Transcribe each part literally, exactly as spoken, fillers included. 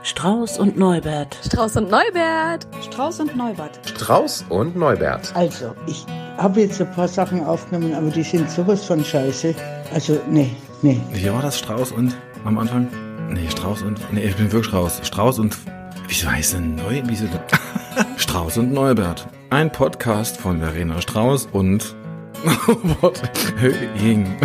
Strauß und Neubert. Strauß und Neubert. Strauß und Neubert. Strauß und Neubert. Also, ich habe jetzt ein paar Sachen aufgenommen, aber die sind sowas von scheiße. Also, nee, nee. Wie war das? Strauß und am Anfang? Nee, Strauß und... Nee, ich bin wirklich Strauß. Strauß und... Wieso heißt denn Neu... Wieso... Strauß und Neubert. Ein Podcast von Verena Strauß und... Höhing.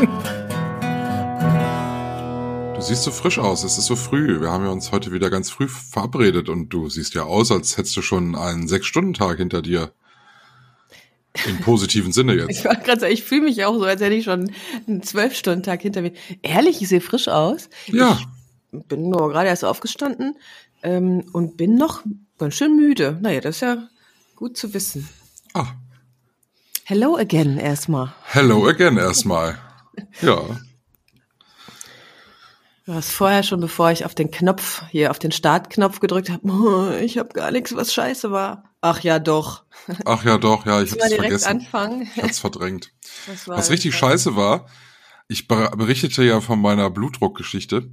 Du siehst so frisch aus, es ist so früh. Wir haben ja uns heute wieder ganz früh verabredet und du siehst ja aus, als hättest du schon einen Sechs-Stunden-Tag hinter dir. Im positiven Sinne jetzt. Ich war gerade sagen, ich fühle mich auch so, als hätte ich schon einen Zwölf-Stunden-Tag hinter mir. Ehrlich, ich sehe frisch aus. Ja. Ich bin nur gerade erst aufgestanden ähm, und bin noch ganz schön müde. Naja, das ist ja gut zu wissen. Ah. Hello again erstmal. Hello again erstmal. Ja. Du hast vorher schon, bevor ich auf den Knopf, hier auf den Startknopf gedrückt habe, oh, ich habe gar nichts, was scheiße war. Ach ja, doch. Ach ja, doch, ja, ich hab's direkt vergessen. Anfangen. Ich hab's verdrängt. Was, was richtig scheiße war, ich berichtete ja von meiner Blutdruckgeschichte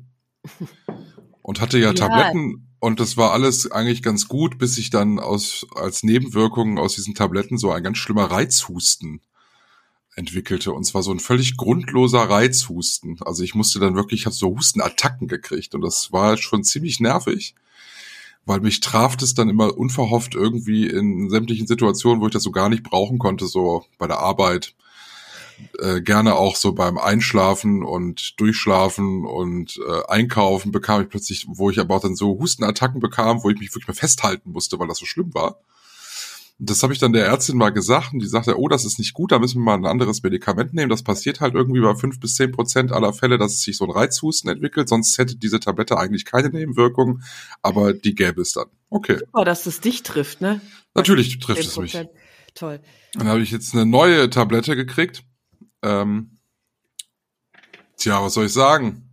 und hatte ja, ja Tabletten und das war alles eigentlich ganz gut, bis ich dann aus als Nebenwirkung aus diesen Tabletten so ein ganz schlimmer Reizhusten entwickelte. Und zwar so ein völlig grundloser Reizhusten. Also ich musste dann wirklich, ich habe so Hustenattacken gekriegt und das war schon ziemlich nervig, weil mich traf es dann immer unverhofft irgendwie in sämtlichen Situationen, wo ich das so gar nicht brauchen konnte, so bei der Arbeit, äh, gerne auch so beim Einschlafen und Durchschlafen und äh, Einkaufen bekam ich plötzlich, wo ich aber auch dann so Hustenattacken bekam, wo ich mich wirklich mal festhalten musste, weil das so schlimm war. Das habe ich dann der Ärztin mal gesagt und die sagte, oh, das ist nicht gut, da müssen wir mal ein anderes Medikament nehmen. Das passiert halt irgendwie bei fünf bis zehn Prozent aller Fälle, dass es sich so ein Reizhusten entwickelt. Sonst hätte diese Tablette eigentlich keine Nebenwirkung, aber die gäbe es dann. Okay. Super, dass es dich trifft, ne? Natürlich trifft es mich. Toll. Dann habe ich jetzt eine neue Tablette gekriegt. Ähm, tja, was soll ich sagen?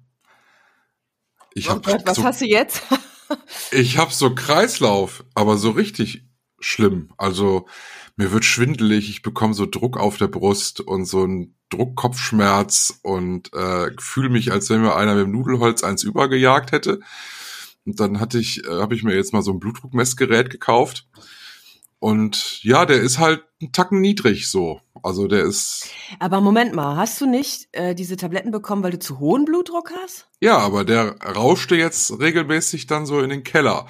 Ich oh hab Gott, was so, hast du jetzt? Ich habe so Kreislauf, aber so richtig schlimm. Also mir wird schwindelig, ich bekomme so Druck auf der Brust und so einen Druckkopfschmerz und äh, fühle mich, als wenn mir einer mit dem Nudelholz eins übergejagt hätte. Und dann hatte ich, äh, habe ich mir jetzt mal so ein Blutdruckmessgerät gekauft. Und ja, der ist halt einen Tacken niedrig so. Also der ist... Aber Moment mal, hast du nicht äh, diese Tabletten bekommen, weil du zu hohen Blutdruck hast? Ja, aber der rauschte jetzt regelmäßig dann so in den Keller.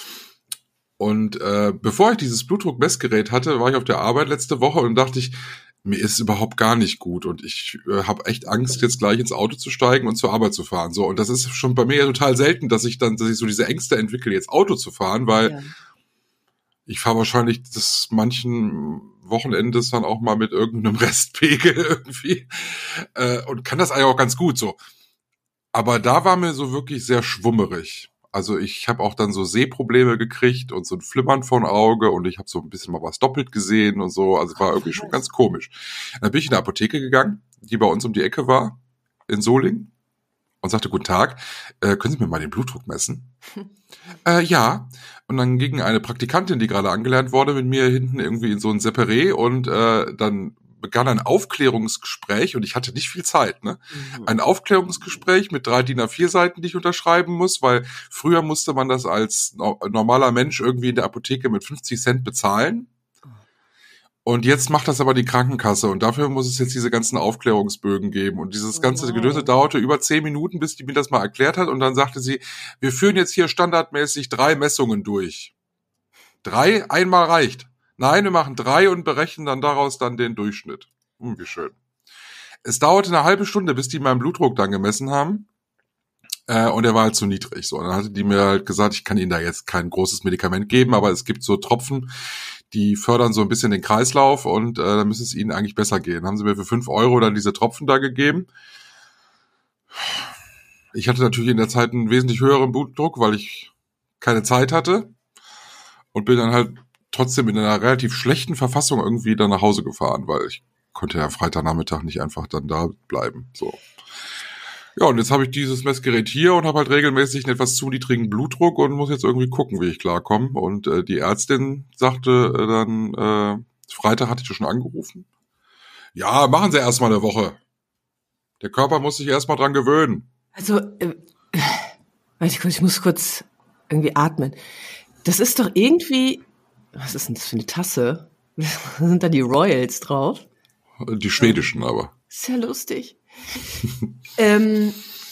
Und äh, bevor ich dieses Blutdruckmessgerät hatte, war ich auf der Arbeit letzte Woche und dachte ich, mir ist überhaupt gar nicht gut und ich äh, habe echt Angst, jetzt gleich ins Auto zu steigen und zur Arbeit zu fahren. So, und das ist schon bei mir ja total selten, dass ich dann, dass ich so diese Ängste entwickle, jetzt Auto zu fahren, weil ja. Ich fahre wahrscheinlich des manchen Wochenendes dann auch mal mit irgendeinem Restpegel irgendwie äh, und kann das eigentlich auch ganz gut so. Aber da war mir so wirklich sehr schwummerig. Also ich habe auch dann so Sehprobleme gekriegt und so ein Flimmern von Auge und ich habe so ein bisschen mal was doppelt gesehen und so. Also war irgendwie schon ganz komisch. Dann bin ich in eine Apotheke gegangen, die bei uns um die Ecke war, in Solingen, und sagte, guten Tag, äh, können Sie mir mal den Blutdruck messen? äh, ja. Und dann ging eine Praktikantin, die gerade angelernt wurde, mit mir hinten irgendwie in so ein Separé und äh, dann begann ein Aufklärungsgespräch und ich hatte nicht viel Zeit, ne? Mhm. Ein Aufklärungsgespräch mit drei D I N A vier Seiten, die ich unterschreiben muss, weil früher musste man das als no- normaler Mensch irgendwie in der Apotheke mit fünfzig Cent bezahlen. Und jetzt macht das aber die Krankenkasse und dafür muss es jetzt diese ganzen Aufklärungsbögen geben. Und dieses ganze wow. Gedöse dauerte über zehn Minuten, bis die mir das mal erklärt hat. Und dann sagte sie, wir führen jetzt hier standardmäßig drei Messungen durch. Drei? Einmal reicht. Nein, wir machen drei und berechnen dann daraus dann den Durchschnitt. Hm, wie schön. Es dauerte eine halbe Stunde, bis die meinen Blutdruck dann gemessen haben. Äh, und er war halt zu niedrig. So, und dann hatte die mir halt gesagt, ich kann Ihnen da jetzt kein großes Medikament geben, aber es gibt so Tropfen, die fördern so ein bisschen den Kreislauf und äh, dann müsste es Ihnen eigentlich besser gehen. Haben sie mir für fünf Euro dann diese Tropfen da gegeben. Ich hatte natürlich in der Zeit einen wesentlich höheren Blutdruck, weil ich keine Zeit hatte und bin dann halt trotzdem in einer relativ schlechten Verfassung irgendwie dann nach Hause gefahren, weil ich konnte ja Freitagnachmittag nicht einfach dann da bleiben. So. Ja, und jetzt habe ich dieses Messgerät hier und habe halt regelmäßig einen etwas zu niedrigen Blutdruck und muss jetzt irgendwie gucken, wie ich klarkomme. Und äh, die Ärztin sagte äh, dann, äh, Freitag hatte ich schon angerufen. Ja, machen Sie erst mal eine Woche. Der Körper muss sich erst mal dran gewöhnen. Also, äh, warte kurz, ich muss kurz irgendwie atmen. Das ist doch irgendwie, was ist denn das für eine Tasse? Sind da die Royals drauf? Die schwedischen aber. Ist ja lustig. ähm,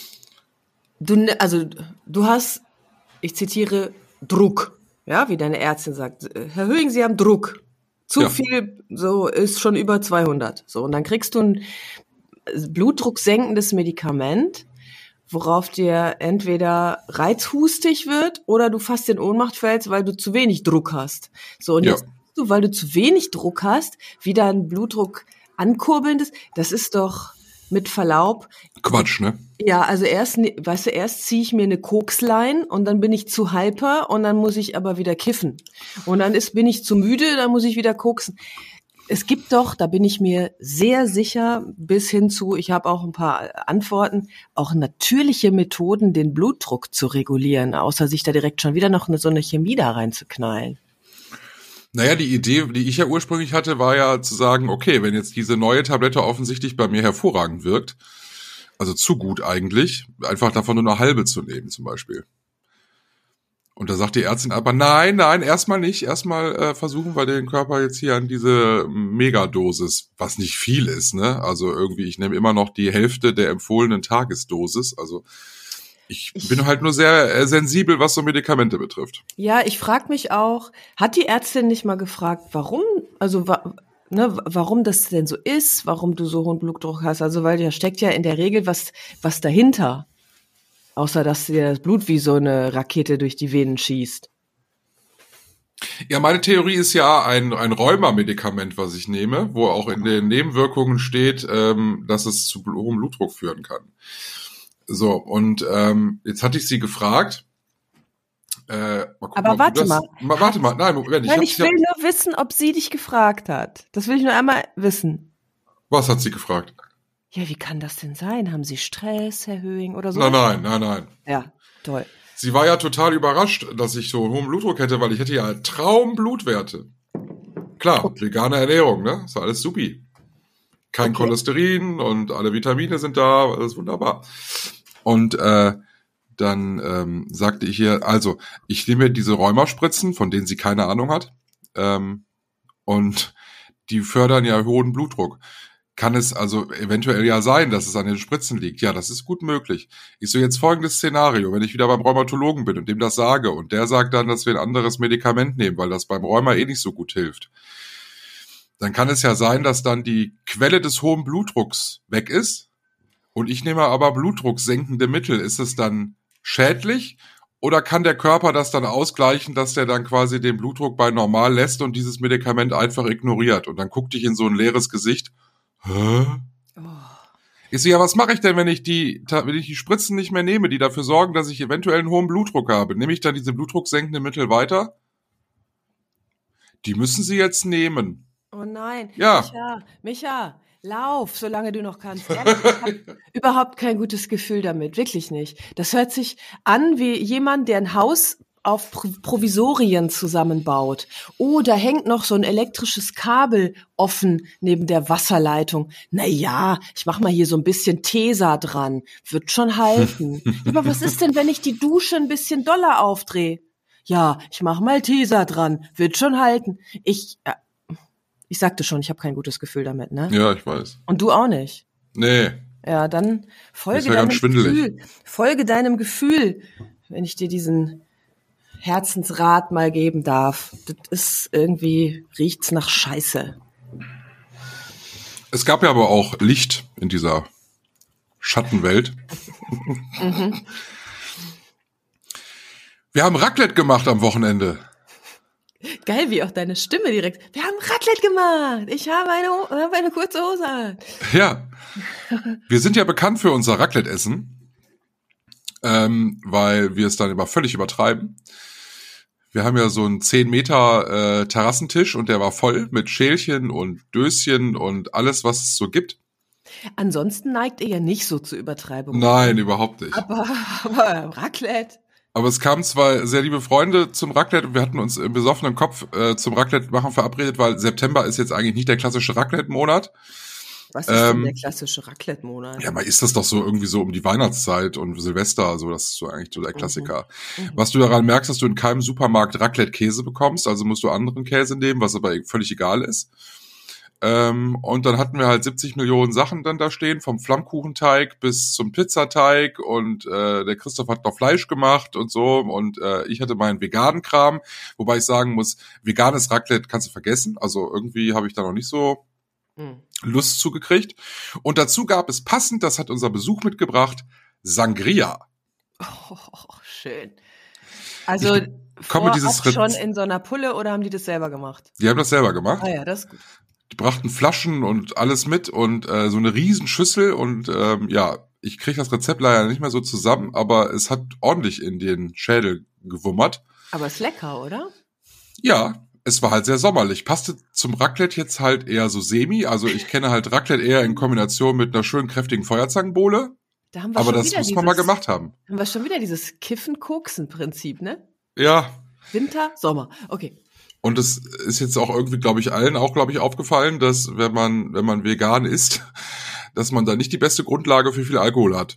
du, also, du hast, ich zitiere, Druck. Ja, wie deine Ärztin sagt. Herr Höhing, Sie haben Druck. Zu ja. viel, so, ist schon über zweihundert. So, und dann kriegst du ein blutdrucksenkendes Medikament, worauf dir entweder reizhustig wird oder du fast in Ohnmacht fällst, weil du zu wenig Druck hast. So, und ja. jetzt du, weil du zu wenig Druck hast, wieder ein Blutdruck ankurbelndes, das ist doch mit Verlaub. Quatsch, ne? Ja, also erst, weißt du, erst ziehe ich mir eine Kokslein und dann bin ich zu hyper und dann muss ich aber wieder kiffen. Und dann ist, bin ich zu müde, dann muss ich wieder koksen. Es gibt doch, da bin ich mir sehr sicher, bis hin zu, ich habe auch ein paar Antworten, auch natürliche Methoden, den Blutdruck zu regulieren, außer sich da direkt schon wieder noch eine, so eine Chemie da reinzuknallen. Naja, die Idee, die ich ja ursprünglich hatte, war ja zu sagen, okay, wenn jetzt diese neue Tablette offensichtlich bei mir hervorragend wirkt, also zu gut eigentlich, einfach davon nur eine halbe zu nehmen zum Beispiel. Und da sagt die Ärztin aber, nein, nein, erstmal nicht, erstmal äh, versuchen wir den Körper jetzt hier an diese Megadosis, was nicht viel ist, ne? Also irgendwie, ich nehme immer noch die Hälfte der empfohlenen Tagesdosis, also Ich, ich bin halt nur sehr äh, sensibel, was so Medikamente betrifft. Ja, ich frage mich auch, hat die Ärztin nicht mal gefragt, warum, also wa, ne, warum das denn so ist, warum du so hohen Blutdruck hast? Also weil da steckt ja in der Regel was, was dahinter, außer dass dir das Blut wie so eine Rakete durch die Venen schießt. Ja, meine Theorie ist ja ein, ein Rheuma-Medikament, was ich nehme, wo auch in den Nebenwirkungen steht, ähm, dass es zu hohem Blutdruck führen kann. So, und ähm, jetzt hatte ich sie gefragt. Äh, mal gucken, Aber warte das, mal. mal. Warte mal, nein, Moment. Nein, ich, ich will hab, nur wissen, ob sie dich gefragt hat. Das will ich nur einmal wissen. Was hat sie gefragt? Ja, wie kann das denn sein? Haben Sie Stress, Herr Höhing, oder so? Nein, nein, nein, nein. Ja, toll. Sie war ja total überrascht, dass ich so einen hohen Blutdruck hätte, weil ich hätte ja Traumblutwerte. Klar, okay. Vegane Ernährung, ne? Ist alles supi. Kein okay. Cholesterin und alle Vitamine sind da, alles wunderbar. Und äh, dann ähm, sagte ich ihr, also ich nehme diese Rheumaspritzen, von denen sie keine Ahnung hat, ähm, und die fördern ja hohen Blutdruck. Kann es also eventuell ja sein, dass es an den Spritzen liegt? Ja, das ist gut möglich. Ich so jetzt folgendes Szenario, wenn ich wieder beim Rheumatologen bin und dem das sage und der sagt dann, dass wir ein anderes Medikament nehmen, weil das beim Rheuma eh nicht so gut hilft. Dann kann es ja sein, dass dann die Quelle des hohen Blutdrucks weg ist und ich nehme aber blutdrucksenkende Mittel. Ist es dann schädlich oder kann der Körper das dann ausgleichen, dass der dann quasi den Blutdruck bei normal lässt und dieses Medikament einfach ignoriert? Und dann guckte ich in so ein leeres Gesicht. Hä? Oh. Ich so, ja, was mache ich denn, wenn ich die, wenn ich die Spritzen nicht mehr nehme, die dafür sorgen, dass ich eventuell einen hohen Blutdruck habe? Nehme ich dann diese blutdrucksenkenden Mittel weiter? Die müssen Sie jetzt nehmen. Oh nein. Ja. Micha, Micha, lauf, solange du noch kannst. Ehrlich, ich habe überhaupt kein gutes Gefühl damit, wirklich nicht. Das hört sich an wie jemand, der ein Haus auf Provisorien zusammenbaut. Oh, da hängt noch so ein elektrisches Kabel offen neben der Wasserleitung. Na ja, ich mach mal hier so ein bisschen Tesa dran. Wird schon halten. Aber was ist denn, wenn ich die Dusche ein bisschen doller aufdrehe? Ja, ich mach mal Tesa dran. Wird schon halten. Ich, äh, ich sagte schon, ich habe kein gutes Gefühl damit, ne? Ja, ich weiß. Und du auch nicht? Nee. Ja, dann folge deinem Gefühl. Folge deinem Gefühl, wenn ich dir diesen Herzensrat mal geben darf. Das ist irgendwie, riecht's nach Scheiße. Es gab ja aber auch Licht in dieser Schattenwelt. Mhm. Wir haben Raclette gemacht am Wochenende. Geil, wie auch deine Stimme direkt. Wir haben Raclette gemacht. Ich habe eine, habe eine kurze Hose an. Ja. Wir sind ja bekannt für unser Raclette-Essen, ähm, weil wir es dann immer völlig übertreiben. Wir haben ja so einen zehn Meter äh, Terrassentisch und der war voll mit Schälchen und Döschen und alles, was es so gibt. Ansonsten neigt ihr ja nicht so zur Übertreibung. Nein, überhaupt nicht. Aber, aber Raclette. Aber es kamen zwei sehr liebe Freunde zum Raclette und wir hatten uns im besoffenen Kopf äh, zum Raclette machen verabredet, weil September ist jetzt eigentlich nicht der klassische Raclette-Monat. Was ist Ähm, denn der klassische Raclette-Monat? Ja, mal ist das doch so irgendwie so um die Weihnachtszeit und Silvester, also das ist so eigentlich so der Klassiker. Mhm. Was du daran merkst, dass du in keinem Supermarkt Raclette-Käse bekommst, also musst du anderen Käse nehmen, was aber völlig egal ist. Ähm, und dann hatten wir halt siebzig Millionen Sachen dann da stehen, vom Flammkuchenteig bis zum Pizzateig und äh, der Christoph hat noch Fleisch gemacht und so und äh, ich hatte meinen veganen Kram, wobei ich sagen muss, veganes Raclette kannst du vergessen, also irgendwie habe ich da noch nicht so Mhm. Lust zugekriegt. Und dazu gab es passend, das hat unser Besuch mitgebracht, Sangria. Oh, schön. Also Ich bekomme vorab dieses schon Rez- in so einer Pulle oder haben die das selber gemacht? Die haben das selber gemacht. Ah ja, das ist gut. Die brachten Flaschen und alles mit und äh, so eine riesen Schüssel und ähm, ja, ich kriege das Rezept leider nicht mehr so zusammen, aber es hat ordentlich in den Schädel gewummert. Aber ist lecker, oder? Ja, es war halt sehr sommerlich. Passte zum Raclette jetzt halt eher so semi. Also ich kenne halt Raclette eher in Kombination mit einer schönen kräftigen Feuerzangenbowle. Da haben wir Aber schon das wieder muss dieses, man mal gemacht haben. Haben wir schon wieder dieses Kiffen-Koksen-Prinzip, ne? Ja, Winter, Sommer. Okay. und es ist jetzt auch irgendwie, glaube ich, allen auch, glaube ich, aufgefallen, dass wenn man, wenn man vegan isst, dass man da nicht die beste Grundlage für viel Alkohol hat.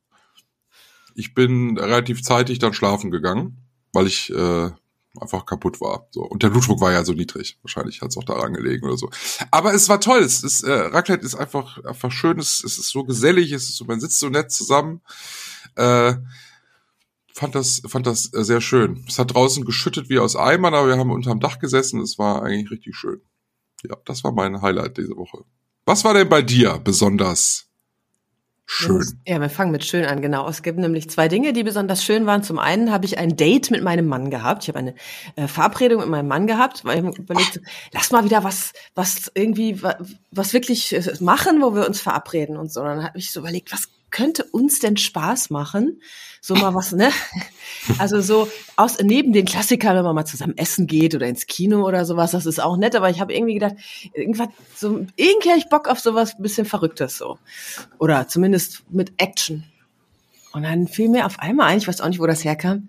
Ich bin relativ zeitig dann schlafen gegangen, weil ich äh, einfach kaputt war. So. Und der Blutdruck war ja so niedrig. Wahrscheinlich hat es auch daran gelegen oder so. Aber es war toll. Es ist, äh, Raclette ist einfach, einfach schön. Es, es ist so gesellig. Es ist so, man sitzt so nett zusammen. Äh, fand das, fand das äh, sehr schön. Es hat draußen geschüttet wie aus Eimern, aber wir haben unterm Dach gesessen. Es war eigentlich richtig schön. Ja, das war mein Highlight diese Woche. Was war denn bei dir besonders schön? Ja, wir fangen mit schön an, genau. Es gibt nämlich zwei Dinge, die besonders schön waren. Zum einen habe ich ein Date mit meinem Mann gehabt. Ich habe eine äh, Verabredung mit meinem Mann gehabt, weil ich mir überlegt, so, lass mal wieder was, was irgendwie, was, was wirklich äh, machen, wo wir uns verabreden und so. Und dann habe ich so überlegt, was könnte uns denn Spaß machen? So mal was, ne? Also so aus neben den Klassikern, wenn man mal zusammen essen geht oder ins Kino oder sowas, das ist auch nett, aber ich habe irgendwie gedacht, irgendwas so irgendwie habe ich Bock auf sowas ein bisschen Verrücktes so. Oder zumindest mit Action. Und dann fiel mir auf einmal ein, ich weiß auch nicht, wo das herkam,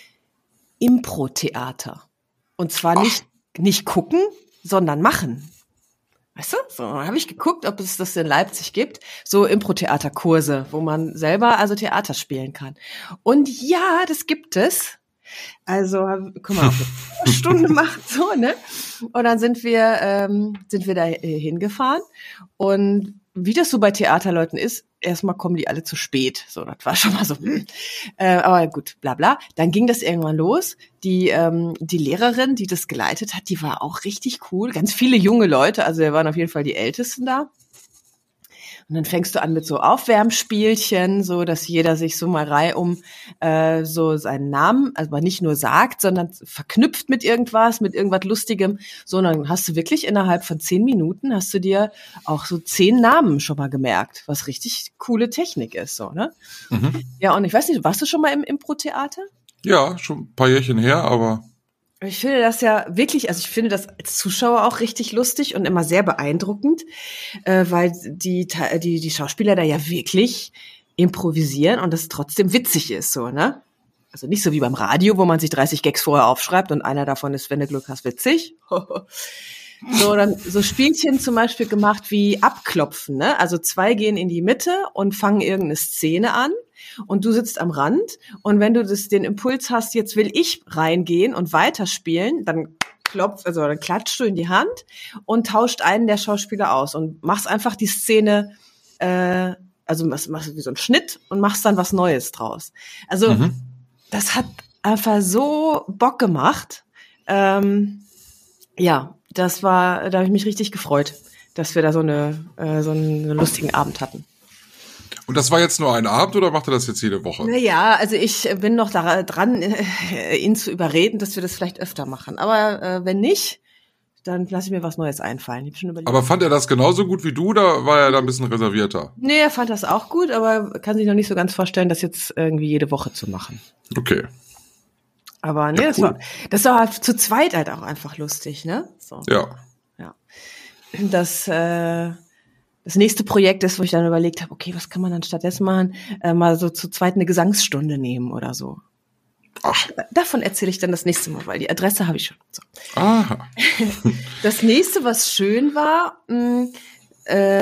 Impro-Theater. Und zwar nicht nicht gucken, sondern machen. Weißt du? So, dann habe ich geguckt, ob es das in Leipzig gibt, so Impro-Theaterkurse, wo man selber also Theater spielen kann. Und ja, das gibt es. Also, guck mal, eine Stunde macht so, ne? Und dann sind wir ähm, sind wir da hingefahren und wie das so bei Theaterleuten ist, erstmal kommen die alle zu spät. So, das war schon mal so. Hm. Äh, aber gut, bla bla. Dann ging das irgendwann los. Die ähm, die Lehrerin, die das geleitet hat, die war auch richtig cool. Ganz viele junge Leute, also wir waren auf jeden Fall die Ältesten da. Und dann fängst du an mit so Aufwärmspielchen, so dass jeder sich so mal reihum äh, so seinen Namen, also nicht nur sagt, sondern verknüpft mit irgendwas, mit irgendwas Lustigem. So, und dann hast du wirklich innerhalb von zehn Minuten hast du dir auch so zehn Namen schon mal gemerkt, was richtig coole Technik ist, so, ne? Mhm. Ja, und ich weiß nicht, warst du schon mal im Impro-Theater? Ja, schon ein paar Jährchen her, aber Ich finde das ja wirklich, also ich finde das als Zuschauer auch richtig lustig und immer sehr beeindruckend, äh, weil die, die, die Schauspieler da ja wirklich improvisieren und das trotzdem witzig ist, so, ne? Also nicht so wie beim Radio, wo man sich dreißig Gags vorher aufschreibt und einer davon ist, wenn du Glück hast, witzig. So, dann so Spielchen zum Beispiel gemacht wie Abklopfen, ne? Also zwei gehen in die Mitte und fangen irgendeine Szene an. Und du sitzt am Rand und wenn du das, den Impuls hast, jetzt will ich reingehen und weiterspielen, dann klopft, also dann klatscht du in die Hand und tauscht einen der Schauspieler aus und machst einfach die Szene, äh, also machst, machst wie so einen Schnitt und machst dann was Neues draus. Also mhm. das hat einfach so Bock gemacht. Ähm, ja, das war, da habe ich mich richtig gefreut, dass wir da so eine äh, so einen lustigen Abend hatten. Und das war jetzt nur ein Abend oder macht er das jetzt jede Woche? Naja, also ich bin noch da dran, ihn zu überreden, dass wir das vielleicht öfter machen. Aber äh, wenn nicht, dann lasse ich mir was Neues einfallen. Ich hab schon überlegt. Aber fand er das genauso gut wie du, oder war er da ein bisschen reservierter? Nee, er fand das auch gut, aber kann sich noch nicht so ganz vorstellen, das jetzt irgendwie jede Woche zu machen. Okay. Aber nee, Ja, das cool. war das war halt zu zweit halt auch einfach lustig, ne? So. Ja. Ja. Das äh, Das nächste Projekt ist, wo ich dann überlegt habe, okay, was kann man dann stattdessen machen? Äh, mal so zu zweit eine Gesangsstunde nehmen oder so. Ach. Davon erzähle ich dann das nächste Mal, weil die Adresse habe ich schon. So. Aha. Das nächste, was schön war, mh, äh,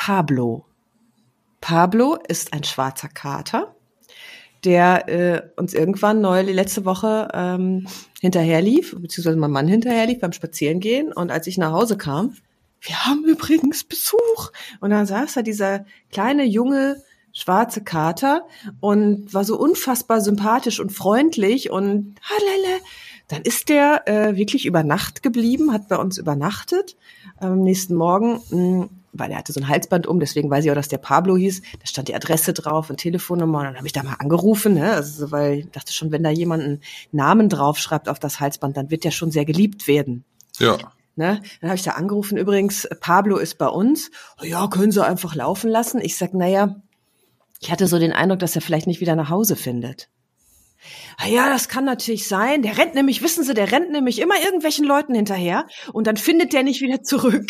Pablo. Pablo ist ein schwarzer Kater, der äh, uns irgendwann neu letzte Woche ähm, hinterherlief, beziehungsweise mein Mann hinterherlief beim Spazierengehen. Und als ich nach Hause kam, wir haben übrigens Besuch. Und dann saß da dieser kleine, junge, schwarze Kater und war so unfassbar sympathisch und freundlich und halala. Dann ist der äh, wirklich über Nacht geblieben, hat bei uns übernachtet. Am nächsten Morgen, mh, weil er hatte so ein Halsband um, deswegen weiß ich auch, dass der Pablo hieß. Da stand die Adresse drauf und Telefonnummer. Und dann habe ich da mal angerufen, ne? Also, weil ich dachte schon, wenn da jemand einen Namen draufschreibt auf das Halsband, dann wird der schon sehr geliebt werden. Ja. Ne? Dann habe ich da angerufen, übrigens, Pablo ist bei uns. Oh ja, können Sie einfach laufen lassen? Ich sag, naja, ich hatte so den Eindruck, dass er vielleicht nicht wieder nach Hause findet. Ah ja, das kann natürlich sein. Der rennt nämlich, wissen Sie, der rennt nämlich immer irgendwelchen Leuten hinterher und dann findet der nicht wieder zurück.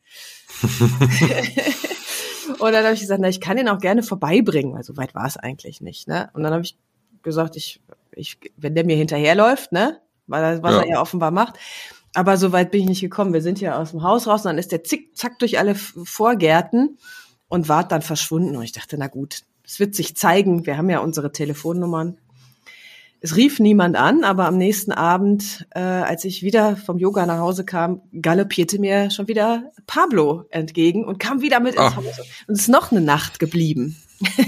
Und dann habe ich gesagt, na, ich kann ihn auch gerne vorbeibringen, weil so weit war es eigentlich nicht. Ne? Und dann habe ich gesagt, ich, ich, wenn der mir hinterherläuft, ne, weil was ja. er ja offenbar macht, aber so weit bin ich nicht gekommen. Wir sind ja aus dem Haus raus und dann ist der zickzack durch alle Vorgärten und war dann verschwunden. Und ich dachte, na gut, es wird sich zeigen. Wir haben ja unsere Telefonnummern. Es rief niemand an, aber am nächsten Abend, äh, als ich wieder vom Yoga nach Hause kam, galoppierte mir schon wieder Pablo entgegen und kam wieder mit ins Ach. Haus und ist noch eine Nacht geblieben.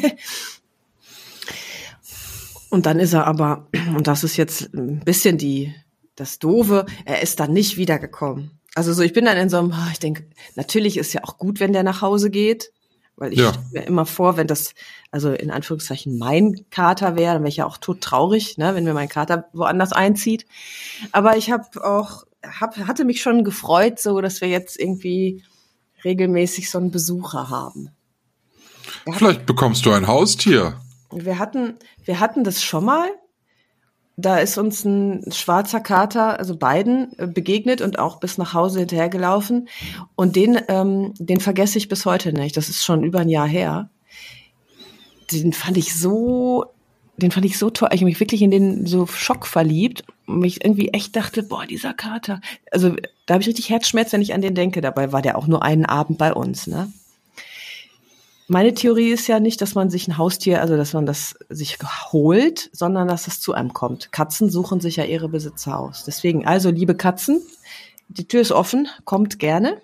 Und dann ist er aber, und das ist jetzt ein bisschen die das Doofe, er ist dann nicht wiedergekommen. Also so, ich bin dann in so einem, ich denke, natürlich ist ja auch gut, wenn der nach Hause geht, weil ich Ja. stelle mir immer vor, wenn das, also in Anführungszeichen mein Kater wäre, dann wäre ich ja auch todtraurig, ne, wenn mir mein Kater woanders einzieht. Aber ich habe auch, hab, hatte mich schon gefreut, so, dass wir jetzt irgendwie regelmäßig so einen Besucher haben. Vielleicht bekommst du ein Haustier. Wir hatten, wir hatten das schon mal. Da ist uns ein schwarzer Kater, also beiden, äh, begegnet und auch bis nach Hause hinterhergelaufen. Und den, ähm, den vergesse ich bis heute nicht. Das ist schon über ein Jahr her. Den fand ich so, den fand ich so toll. Ich habe mich wirklich in den so Schock verliebt und mich irgendwie echt dachte, boah, dieser Kater. Also da habe ich richtig Herzschmerz, wenn ich an den denke. Dabei war der auch nur einen Abend bei uns, ne? Meine Theorie ist ja nicht, dass man sich ein Haustier, also dass man das sich holt, sondern dass es zu einem kommt. Katzen suchen sich ja ihre Besitzer aus. Deswegen, also liebe Katzen, die Tür ist offen, kommt gerne.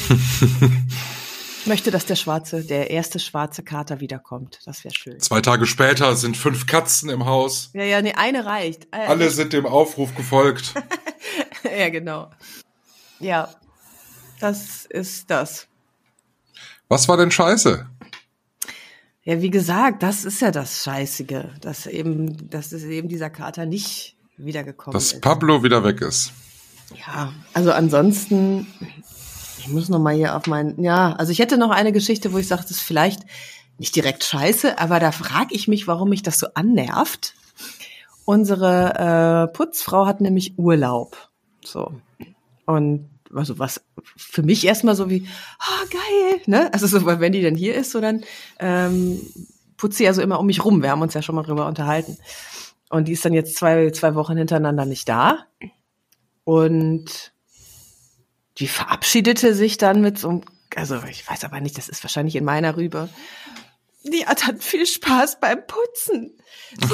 Ich möchte, dass der schwarze, der erste schwarze Kater wiederkommt. Das wäre schön. Zwei Tage später sind fünf Katzen im Haus. Ja, ja, nee, eine reicht. Äh, Alle sind dem Aufruf gefolgt. Ja, genau. Ja, das ist das. Was war denn scheiße? Ja, wie gesagt, das ist ja das Scheißige, dass eben, dass es eben dieser Kater nicht wiedergekommen Dass ist. Pablo wieder weg ist. Ja, also ansonsten, ich muss noch mal hier auf meinen, ja, also ich hätte noch eine Geschichte, wo ich sage, das ist vielleicht nicht direkt scheiße, aber da frage ich mich, warum mich das so annervt. Unsere äh, Putzfrau hat nämlich Urlaub, so, und also was für mich erstmal so wie, ah, geil, ne? Also so, weil wenn die dann hier ist, so dann ähm, putzt sie ja so immer um mich rum. Wir haben uns ja schon mal drüber unterhalten. Und die ist dann jetzt zwei, zwei Wochen hintereinander nicht da. Und die verabschiedete sich dann mit so einem, also ich weiß aber nicht, das ist wahrscheinlich in meiner Rübe. Die hat dann viel Spaß beim Putzen. So.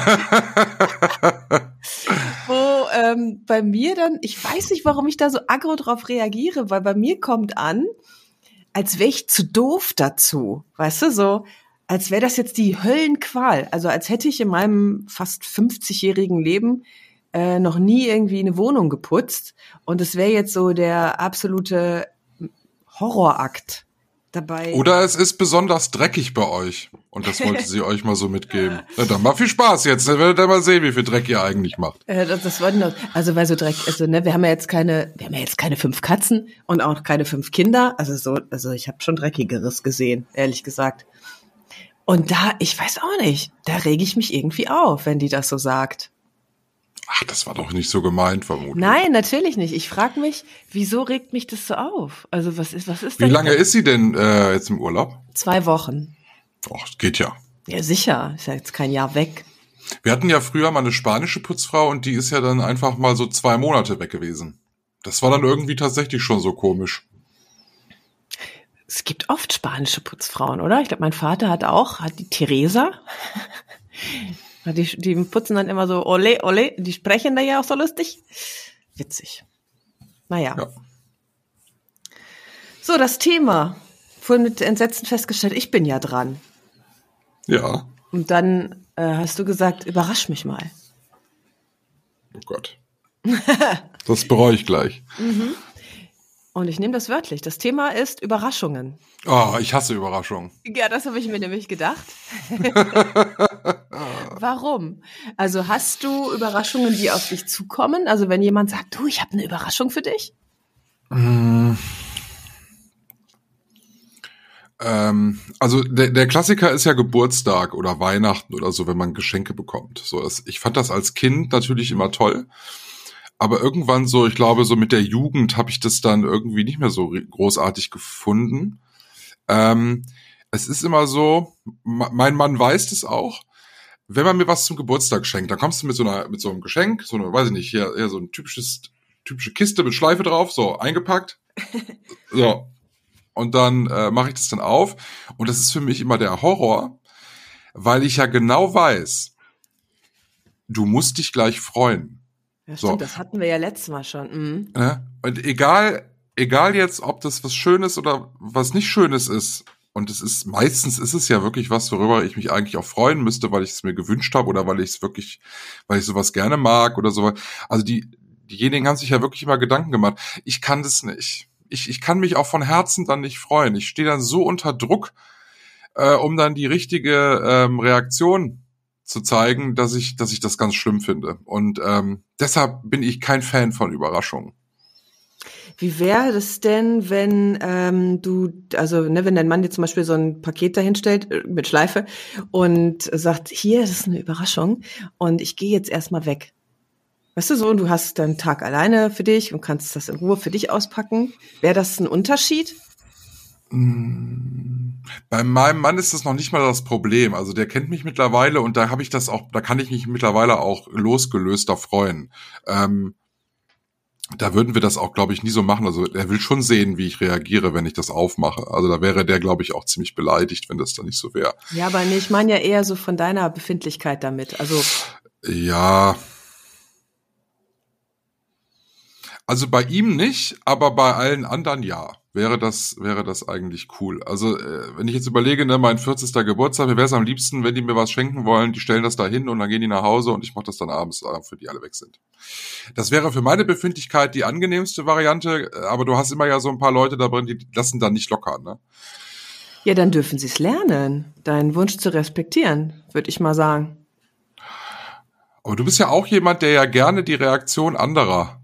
Wo ähm, bei mir dann, ich weiß nicht, warum ich da so aggro drauf reagiere, weil bei mir kommt an, als wäre ich zu doof dazu. Weißt du, so, als wäre das jetzt die Höllenqual. Also als hätte ich in meinem fast fünfzigjährigen Leben äh, noch nie irgendwie eine Wohnung geputzt. Und es wäre jetzt so der absolute Horrorakt dabei. Oder es ist besonders dreckig bei euch. Und das wollte sie euch mal so mitgeben. Na dann mal viel Spaß jetzt. Dann werdet ihr mal sehen, wie viel Dreck ihr eigentlich macht. Äh, das, das wollten wir, also weil so Dreck, also ne, wir haben ja jetzt keine, wir haben ja jetzt keine fünf Katzen und auch keine fünf Kinder. Also so, also ich habe schon Dreckigeres gesehen, ehrlich gesagt. Und da, ich weiß auch nicht, da rege ich mich irgendwie auf, wenn die das so sagt. Ach, das war doch nicht so gemeint, vermutlich. Nein, natürlich nicht. Ich frage mich, wieso regt mich das so auf? Also was ist, was ist Wie denn? lange ist sie denn äh, jetzt im Urlaub? Zwei Wochen. Och, das geht ja. Ja, sicher. Ist ja jetzt kein Jahr weg. Wir hatten ja früher mal eine spanische Putzfrau und die ist ja dann einfach mal so zwei Monate weg gewesen. Das war dann irgendwie tatsächlich schon so komisch. es gibt oft spanische Putzfrauen, oder? Ich glaube, mein Vater hat auch, hat die Teresa. Die, die putzen dann immer so, ole, ole, die sprechen da ja auch so lustig. Witzig. Naja. Ja. So, das Thema. Vorhin mit Entsetzen festgestellt, ich bin ja dran. Ja. Und dann äh, hast du gesagt, überrasch mich mal. Oh Gott. Das bereue ich gleich. Mhm. Und ich nehme das wörtlich. Das Thema ist Überraschungen. Oh, ich hasse Überraschungen. Ja, das habe ich mir nämlich gedacht. Warum? Also hast du Überraschungen, die auf dich zukommen? Also wenn jemand sagt, du, ich habe eine Überraschung für dich? Mm. Ähm, also der, der Klassiker ist ja Geburtstag oder Weihnachten oder so, wenn man Geschenke bekommt. So, das, ich fand das als Kind natürlich immer toll. Aber irgendwann so, ich glaube, so mit der Jugend habe ich das dann irgendwie nicht mehr so großartig gefunden. Ähm, es ist immer so, mein Mann weiß das auch, wenn man mir was zum Geburtstag schenkt, dann kommst du mit so einer, mit so einem Geschenk, so eine, weiß ich nicht, hier, hier so ein typisches, typische Kiste mit Schleife drauf, so eingepackt. So. Und dann äh, mache ich das dann auf. Und das ist für mich immer der Horror, weil ich ja genau weiß, du musst dich gleich freuen. Ja, stimmt, so. Das hatten wir ja letztes Mal schon. Mhm. Ja, und egal, egal jetzt, ob das was Schönes oder was nicht Schönes ist, und es ist, meistens ist es ja wirklich was, worüber ich mich eigentlich auch freuen müsste, weil ich es mir gewünscht habe oder weil ich es wirklich, weil ich sowas gerne mag oder so. Also die, diejenigen haben sich ja wirklich immer Gedanken gemacht. Ich kann das nicht. Ich, ich kann mich auch von Herzen dann nicht freuen. Ich stehe dann so unter Druck, äh, um dann die richtige ähm, Reaktion zu zeigen, dass ich, dass ich das ganz schlimm finde. Und ähm, deshalb bin ich kein Fan von Überraschungen. Wie wäre das denn, wenn ähm, du, also ne, wenn dein Mann dir zum Beispiel so ein Paket dahinstellt äh, mit Schleife und sagt, hier, das ist eine Überraschung und ich gehe jetzt erstmal weg. Weißt du so, und du hast deinen Tag alleine für dich und kannst das in Ruhe für dich auspacken. Wäre das ein Unterschied? Bei meinem Mann ist das noch nicht mal das Problem. Also der kennt mich mittlerweile und da habe ich das auch, da kann ich mich mittlerweile auch losgelöster freuen. Ähm, da würden wir das auch, glaube ich, nie so machen. Also er will schon sehen, wie ich reagiere, wenn ich das aufmache. Also da wäre der, glaube ich, auch ziemlich beleidigt, wenn das dann nicht so wäre. Ja, aber nee, ich meine ja eher so von deiner Befindlichkeit damit. Also ja. Also bei ihm nicht, aber bei allen anderen ja. Wäre das, wäre das eigentlich cool. Also, äh, wenn ich jetzt überlege, ne, mein vierzigster Geburtstag, mir wäre es am liebsten, wenn die mir was schenken wollen, die stellen das da hin und dann gehen die nach Hause und ich mache das dann abends, äh, für die alle weg sind. Das wäre für meine Befindlichkeit die angenehmste Variante, aber du hast immer ja so ein paar Leute da drin, die lassen dann nicht locker, ne? Ja, dann dürfen sie es lernen, deinen Wunsch zu respektieren, würde ich mal sagen. Aber du bist ja auch jemand, der ja gerne die Reaktion anderer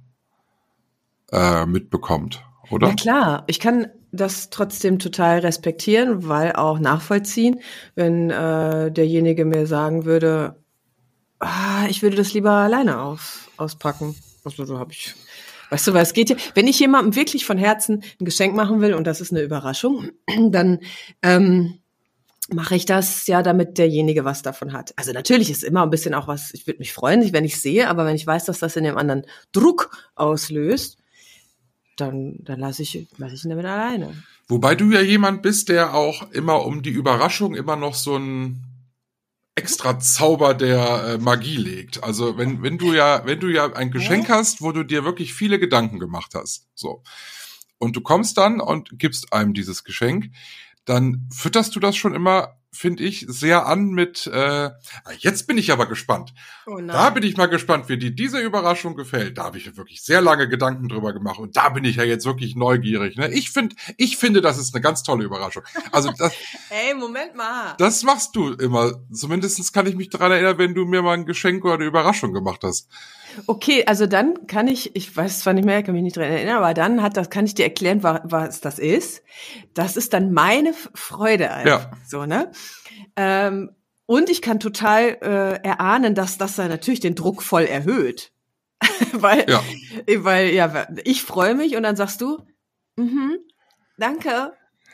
äh, mitbekommt. Oder? Ja klar, ich kann das trotzdem total respektieren, weil auch nachvollziehen, wenn äh, derjenige mir sagen würde, ah, ich würde das lieber alleine auf, auspacken. Also so habe ich, weißt du, weil es geht ja, wenn ich jemandem wirklich von Herzen ein Geschenk machen will und das ist eine Überraschung, dann ähm, mache ich das ja, damit derjenige was davon hat. Also natürlich ist immer ein bisschen auch was, ich würde mich freuen, wenn ich es sehe, aber wenn ich weiß, dass das in dem anderen Druck auslöst, dann, dann lasse ich, lass ich ihn damit alleine. Wobei du ja jemand bist, der auch immer um die Überraschung immer noch so einen extra Zauber der äh, Magie legt. Also wenn, wenn du ja, wenn du ja ein Geschenk hast, wo du dir wirklich viele Gedanken gemacht hast, so. Und du kommst dann und gibst einem dieses Geschenk, dann fütterst du das schon immer, finde ich, sehr an mit, äh, jetzt bin ich aber gespannt. Oh nein. Da bin ich mal gespannt, wie dir diese Überraschung gefällt. Da habe ich mir wirklich sehr lange Gedanken drüber gemacht und da bin ich ja jetzt wirklich neugierig. Ne? Ich finde, ich finde, das ist eine ganz tolle Überraschung. Also das, Ey, Moment mal. Das machst du immer. Zumindest kann ich mich daran erinnern, wenn du mir mal ein Geschenk oder eine Überraschung gemacht hast. Okay, also dann kann ich, ich weiß zwar nicht mehr, kann mich nicht daran erinnern, aber dann hat das, kann ich dir erklären, was, was das ist. Das ist dann meine Freude. Einfach, ja. So, ne? Ähm, und ich kann total äh, erahnen, dass das dann natürlich den Druck voll erhöht. weil, ja. weil, ja, ich freue mich und dann sagst du, mhm, danke.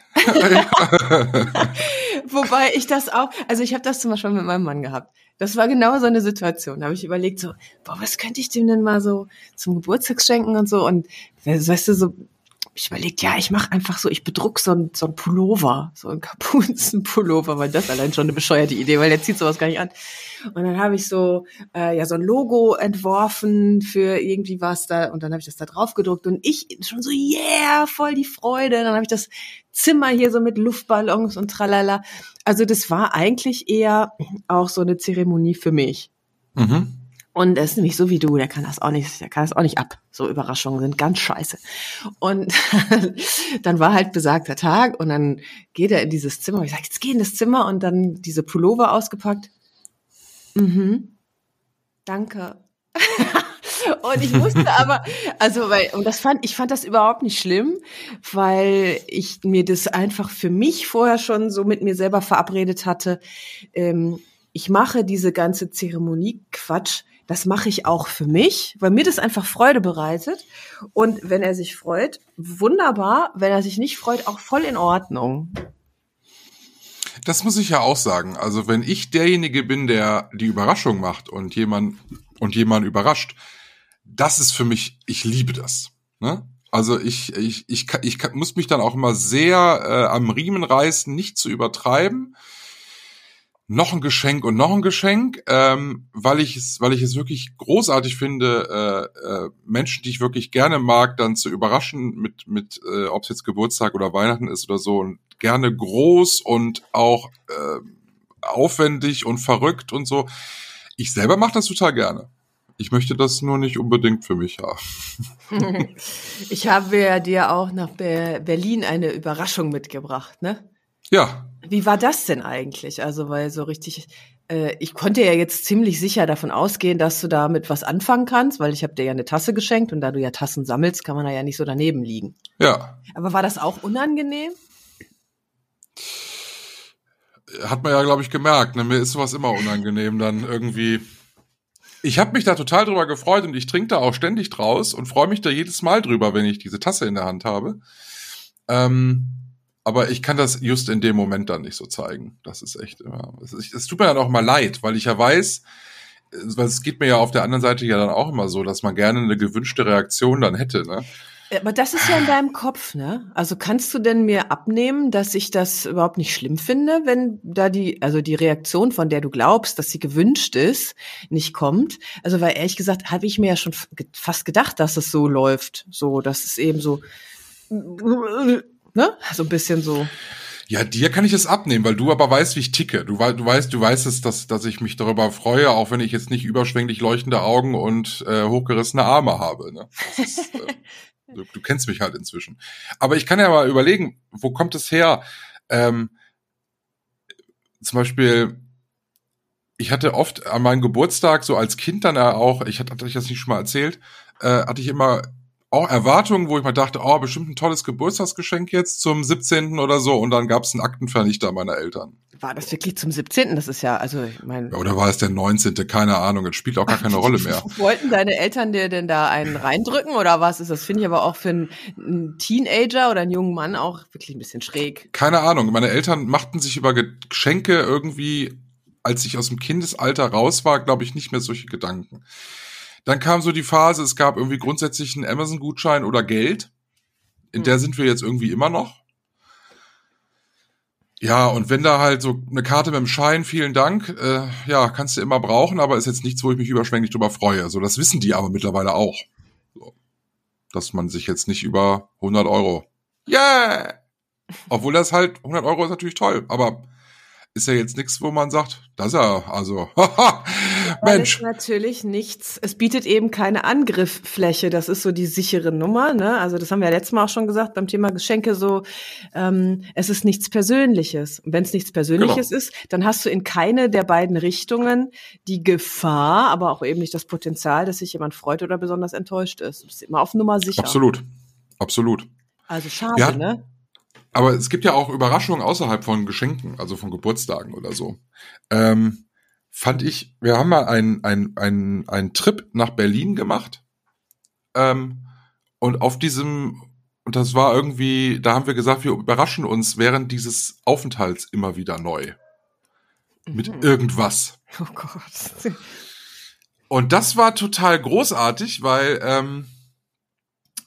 Wobei ich das auch, also ich habe das zum Beispiel mit meinem Mann gehabt. Das war genau so eine Situation. Da habe ich überlegt so, boah, was könnte ich dem denn mal so zum Geburtstag schenken und so. Und weißt du, so ich überlegt, ja, ich mache einfach so, ich bedruck so ein, so ein Pullover, so ein Kapuzenpullover, weil das allein schon eine bescheuerte Idee, weil der zieht sowas gar nicht an. Und dann habe ich so äh, ja so ein Logo entworfen für irgendwie was da und dann habe ich das da drauf gedruckt und ich schon so, yeah, voll die Freude. Dann habe ich das Zimmer hier so mit Luftballons und tralala. Also das war eigentlich eher auch so eine Zeremonie für mich. Mhm. Und er ist nämlich so wie du, der kann das auch nicht, der kann das auch nicht ab. So Überraschungen sind ganz scheiße. Und dann war halt besagter Tag und dann geht er in dieses Zimmer. Ich sage, jetzt geh in das Zimmer und dann diese Pullover ausgepackt. Mhm. Danke. Und ich musste aber, also weil, und das fand, ich fand das überhaupt nicht schlimm, weil ich mir das einfach für mich vorher schon so mit mir selber verabredet hatte. Ähm, ich mache diese ganze Zeremonie-Quatsch, das mache ich auch für mich, weil mir das einfach Freude bereitet. Und wenn er sich freut, wunderbar. Wenn er sich nicht freut, auch voll in Ordnung. Das muss ich ja auch sagen. Also wenn ich derjenige bin, der die Überraschung macht und jemand und jemand überrascht, das ist für mich, ich liebe das. Ne? Also ich, ich, ich, ich, ich muss mich dann auch immer sehr äh, am Riemen reißen, nicht zu übertreiben. Noch ein Geschenk und noch ein Geschenk, ähm, weil ich es, weil ich es wirklich großartig finde, äh, äh, Menschen, die ich wirklich gerne mag, dann zu überraschen mit, mit, äh, ob es jetzt Geburtstag oder Weihnachten ist oder so, und gerne groß und auch äh, aufwendig und verrückt und so. Ich selber mache das total gerne. Ich möchte das nur nicht unbedingt für mich haben. Ich habe ja dir auch nach Berlin eine Überraschung mitgebracht, ne? Ja. Wie war das denn eigentlich? Also, weil so richtig, äh, ich konnte ja jetzt ziemlich sicher davon ausgehen, dass du damit was anfangen kannst, weil ich habe dir ja eine Tasse geschenkt und da du ja Tassen sammelst, kann man da ja nicht so daneben liegen. Ja. Aber war das auch unangenehm? Hat man ja, glaube ich, gemerkt. Ne? Mir ist sowas immer unangenehm dann irgendwie. Ich habe mich da total drüber gefreut und ich trinke da auch ständig draus und freue mich da jedes Mal drüber, wenn ich diese Tasse in der Hand habe. Ähm, aber ich kann das just in dem Moment dann nicht so zeigen. Das ist echt immer. Es tut mir dann auch mal leid, weil ich ja weiß, weil es geht mir ja auf der anderen Seite ja dann auch immer so, dass man gerne eine gewünschte Reaktion dann hätte, ne? Aber das ist ja in deinem Kopf, ne? Also kannst du denn mir abnehmen, dass ich das überhaupt nicht schlimm finde, wenn da die, also die Reaktion, von der du glaubst, dass sie gewünscht ist, nicht kommt? Also weil ehrlich gesagt, habe ich mir ja schon fast gedacht, dass es so läuft, so, dass es eben so, ne? So ein bisschen so. Ja, dir kann ich es abnehmen, weil du aber weißt, wie ich ticke. Du, du weißt, du weißt es, dass, dass ich mich darüber freue, auch wenn ich jetzt nicht überschwänglich leuchtende Augen und äh, hochgerissene Arme habe. Ne? Das ist, äh, du, du kennst mich halt inzwischen. Aber ich kann ja mal überlegen, wo kommt es her? Ähm, zum Beispiel, ich hatte oft an meinem Geburtstag, so als Kind dann auch, ich hatte, hatte ich das nicht schon mal erzählt, äh, hatte ich immer auch Erwartungen, wo ich mal dachte, oh, bestimmt ein tolles Geburtstagsgeschenk jetzt zum siebzehnten oder so, und dann gab es einen Aktenvernichter meiner Eltern. War das wirklich zum siebzehnten? Das ist ja, also ich meine. Ja, oder war es der neunzehnte? Keine Ahnung, das spielt auch gar keine Rolle mehr. Wollten deine Eltern dir denn da einen reindrücken oder was ist das? Finde ich aber auch für einen, einen Teenager oder einen jungen Mann auch wirklich ein bisschen schräg. Keine Ahnung, meine Eltern machten sich über Geschenke irgendwie, als ich aus dem Kindesalter raus war, glaube ich, nicht mehr solche Gedanken. Dann kam so die Phase, es gab irgendwie grundsätzlich einen Amazon-Gutschein oder Geld. In der sind wir jetzt irgendwie immer noch. Ja, und wenn da halt so eine Karte mit dem Schein, vielen Dank, äh, ja, kannst du immer brauchen, aber ist jetzt nichts, wo ich mich überschwänglich drüber freue. So, das wissen die aber mittlerweile auch. So, dass man sich jetzt nicht über hundert Euro, yeah! Obwohl das halt, hundert Euro ist natürlich toll, aber ist ja jetzt nichts, wo man sagt, das ist ja, also, haha, Mensch. Weil es natürlich nichts, es bietet eben keine Angrifffläche, das ist so die sichere Nummer, ne? Also das haben wir ja letztes Mal auch schon gesagt beim Thema Geschenke so, ähm, es ist nichts Persönliches. Und wenn es nichts Persönliches genau. ist, dann hast du in keine der beiden Richtungen die Gefahr, aber auch eben nicht das Potenzial, dass sich jemand freut oder besonders enttäuscht ist. Du bist immer auf Nummer sicher. Absolut, absolut. Also schade, ja, ne? Aber es gibt ja auch Überraschungen außerhalb von Geschenken, also von Geburtstagen oder so. Ähm, fand ich, wir haben mal einen ein, ein, ein Trip nach Berlin gemacht. Ähm, und auf diesem, und das war irgendwie, da haben wir gesagt, wir überraschen uns während dieses Aufenthalts immer wieder neu. Mhm. Mit irgendwas. Oh Gott. Und das war total großartig, weil ähm,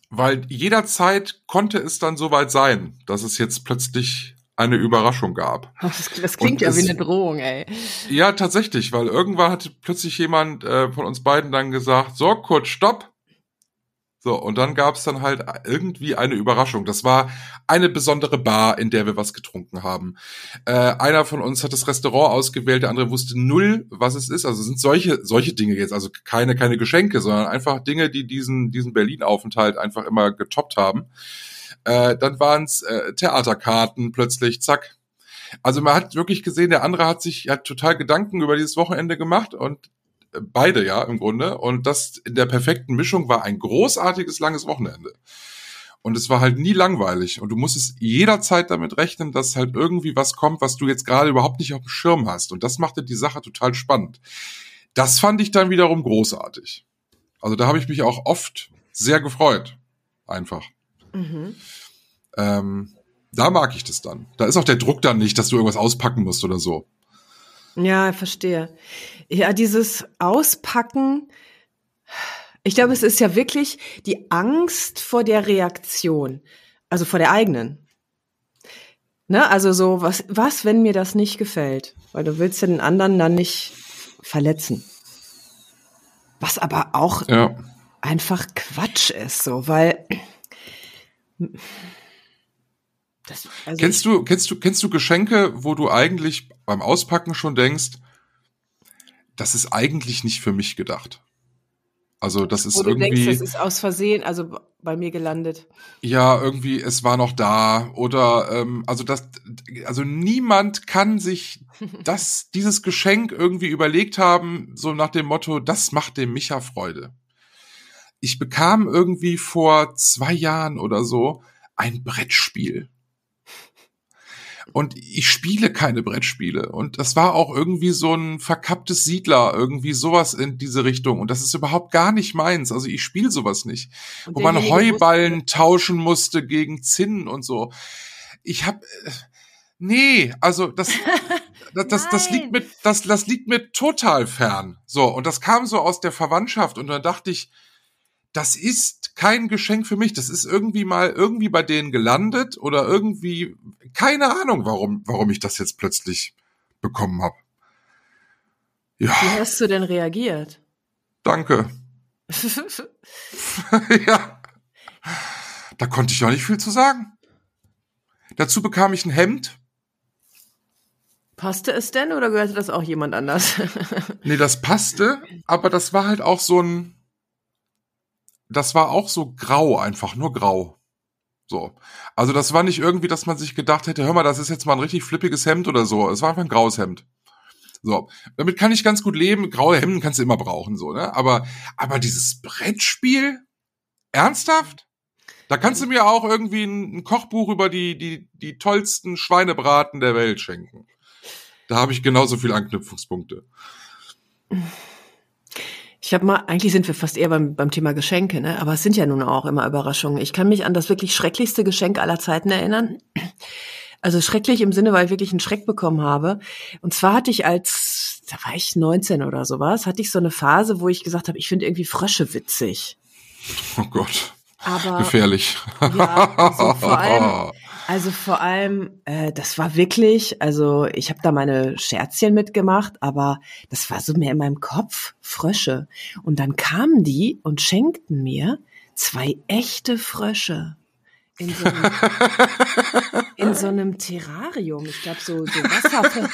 weil jederzeit konnte es dann soweit sein, dass es jetzt plötzlich eine Überraschung gab. Das, das klingt Und ja es, wie eine Drohung, ey. Ja, tatsächlich, weil irgendwann hat plötzlich jemand äh, von uns beiden dann gesagt, so, kurz, stopp. So, und dann gab es dann halt irgendwie eine Überraschung. Das war eine besondere Bar, in der wir was getrunken haben. Äh, einer von uns hat das Restaurant ausgewählt, der andere wusste null, was es ist. Also es sind solche solche Dinge jetzt, also keine keine Geschenke, sondern einfach Dinge, die diesen diesen Berlin-Aufenthalt einfach immer getoppt haben. Äh, dann waren es äh, Theaterkarten plötzlich, zack. Also man hat wirklich gesehen, der andere hat sich hat total Gedanken über dieses Wochenende gemacht und beide ja im Grunde. Und das in der perfekten Mischung war ein großartiges, langes Wochenende. Und es war halt nie langweilig. Und du musstest jederzeit damit rechnen, dass halt irgendwie was kommt, was du jetzt gerade überhaupt nicht auf dem Schirm hast. Und das machte die Sache total spannend. Das fand ich dann wiederum großartig. Also da habe ich mich auch oft sehr gefreut. Einfach. Mhm. Ähm, da mag ich das dann. Da ist auch der Druck dann nicht, dass du irgendwas auspacken musst oder so. Ja, verstehe. Ja, dieses Auspacken, ich glaube, es ist ja wirklich die Angst vor der Reaktion, also vor der eigenen. Ne, also so, was, was, wenn mir das nicht gefällt? Weil du willst ja den anderen dann nicht verletzen. Was aber auch ja. einfach Quatsch ist, so, weil das, also kennst du, kennst du, kennst du Geschenke, wo du eigentlich beim Auspacken schon denkst, das ist eigentlich nicht für mich gedacht. Also das ist wo du irgendwie. Denkst, das ist aus Versehen, also bei mir gelandet. Ja, irgendwie, es war noch da oder ähm, also das, also niemand kann sich das, dieses Geschenk irgendwie überlegt haben, so nach dem Motto, das macht dem Micha Freude. Ich bekam irgendwie vor zwei Jahren oder so ein Brettspiel. Und ich spiele keine Brettspiele. Und das war auch irgendwie so ein verkapptes Siedler, irgendwie sowas in diese Richtung. Und das ist überhaupt gar nicht meins. Also ich spiele sowas nicht. Und wo man Heuballen wusste, tauschen musste gegen Zinnen und so. Ich hab, nee, also das, das, das, das liegt mir, das, das liegt mir total fern. So. Und das kam so aus der Verwandtschaft. Und dann dachte ich, das ist kein Geschenk für mich. Das ist irgendwie mal irgendwie bei denen gelandet oder irgendwie, keine Ahnung, warum, warum ich das jetzt plötzlich bekommen habe. Ja. Wie hast du denn reagiert? Danke. Ja. Da konnte ich auch nicht viel zu sagen. Dazu bekam ich ein Hemd. Passte es denn oder gehörte das auch jemand anders? Nee, das passte, aber das war halt auch so ein Das war auch so grau, einfach nur grau. So. Also das war nicht irgendwie, dass man sich gedacht hätte, hör mal, das ist jetzt mal ein richtig flippiges Hemd oder so. Es war einfach ein graues Hemd. So. Damit kann ich ganz gut leben. Graue Hemden kannst du immer brauchen, so, ne? Aber, aber dieses Brettspiel? Ernsthaft? Da kannst du mir auch irgendwie ein, ein Kochbuch über die, die, die tollsten Schweinebraten der Welt schenken. Da habe ich genauso viele Anknüpfungspunkte. Ich habe mal, eigentlich sind wir fast eher beim, beim Thema Geschenke, ne? Aber es sind ja nun auch immer Überraschungen. Ich kann mich an das wirklich schrecklichste Geschenk aller Zeiten erinnern. Also schrecklich im Sinne, weil ich wirklich einen Schreck bekommen habe. Und zwar hatte ich als, da war ich neunzehn oder sowas, hatte ich so eine Phase, wo ich gesagt habe, ich finde irgendwie Frösche witzig. Oh Gott. Aber gefährlich. Ja, also vor allem, also vor allem, äh, das war wirklich, also ich habe da meine Scherzchen mitgemacht, aber das war so mehr in meinem Kopf, Frösche. Und dann kamen die und schenkten mir zwei echte Frösche in so einem, in so einem Terrarium. Ich glaube, so, so Wasser.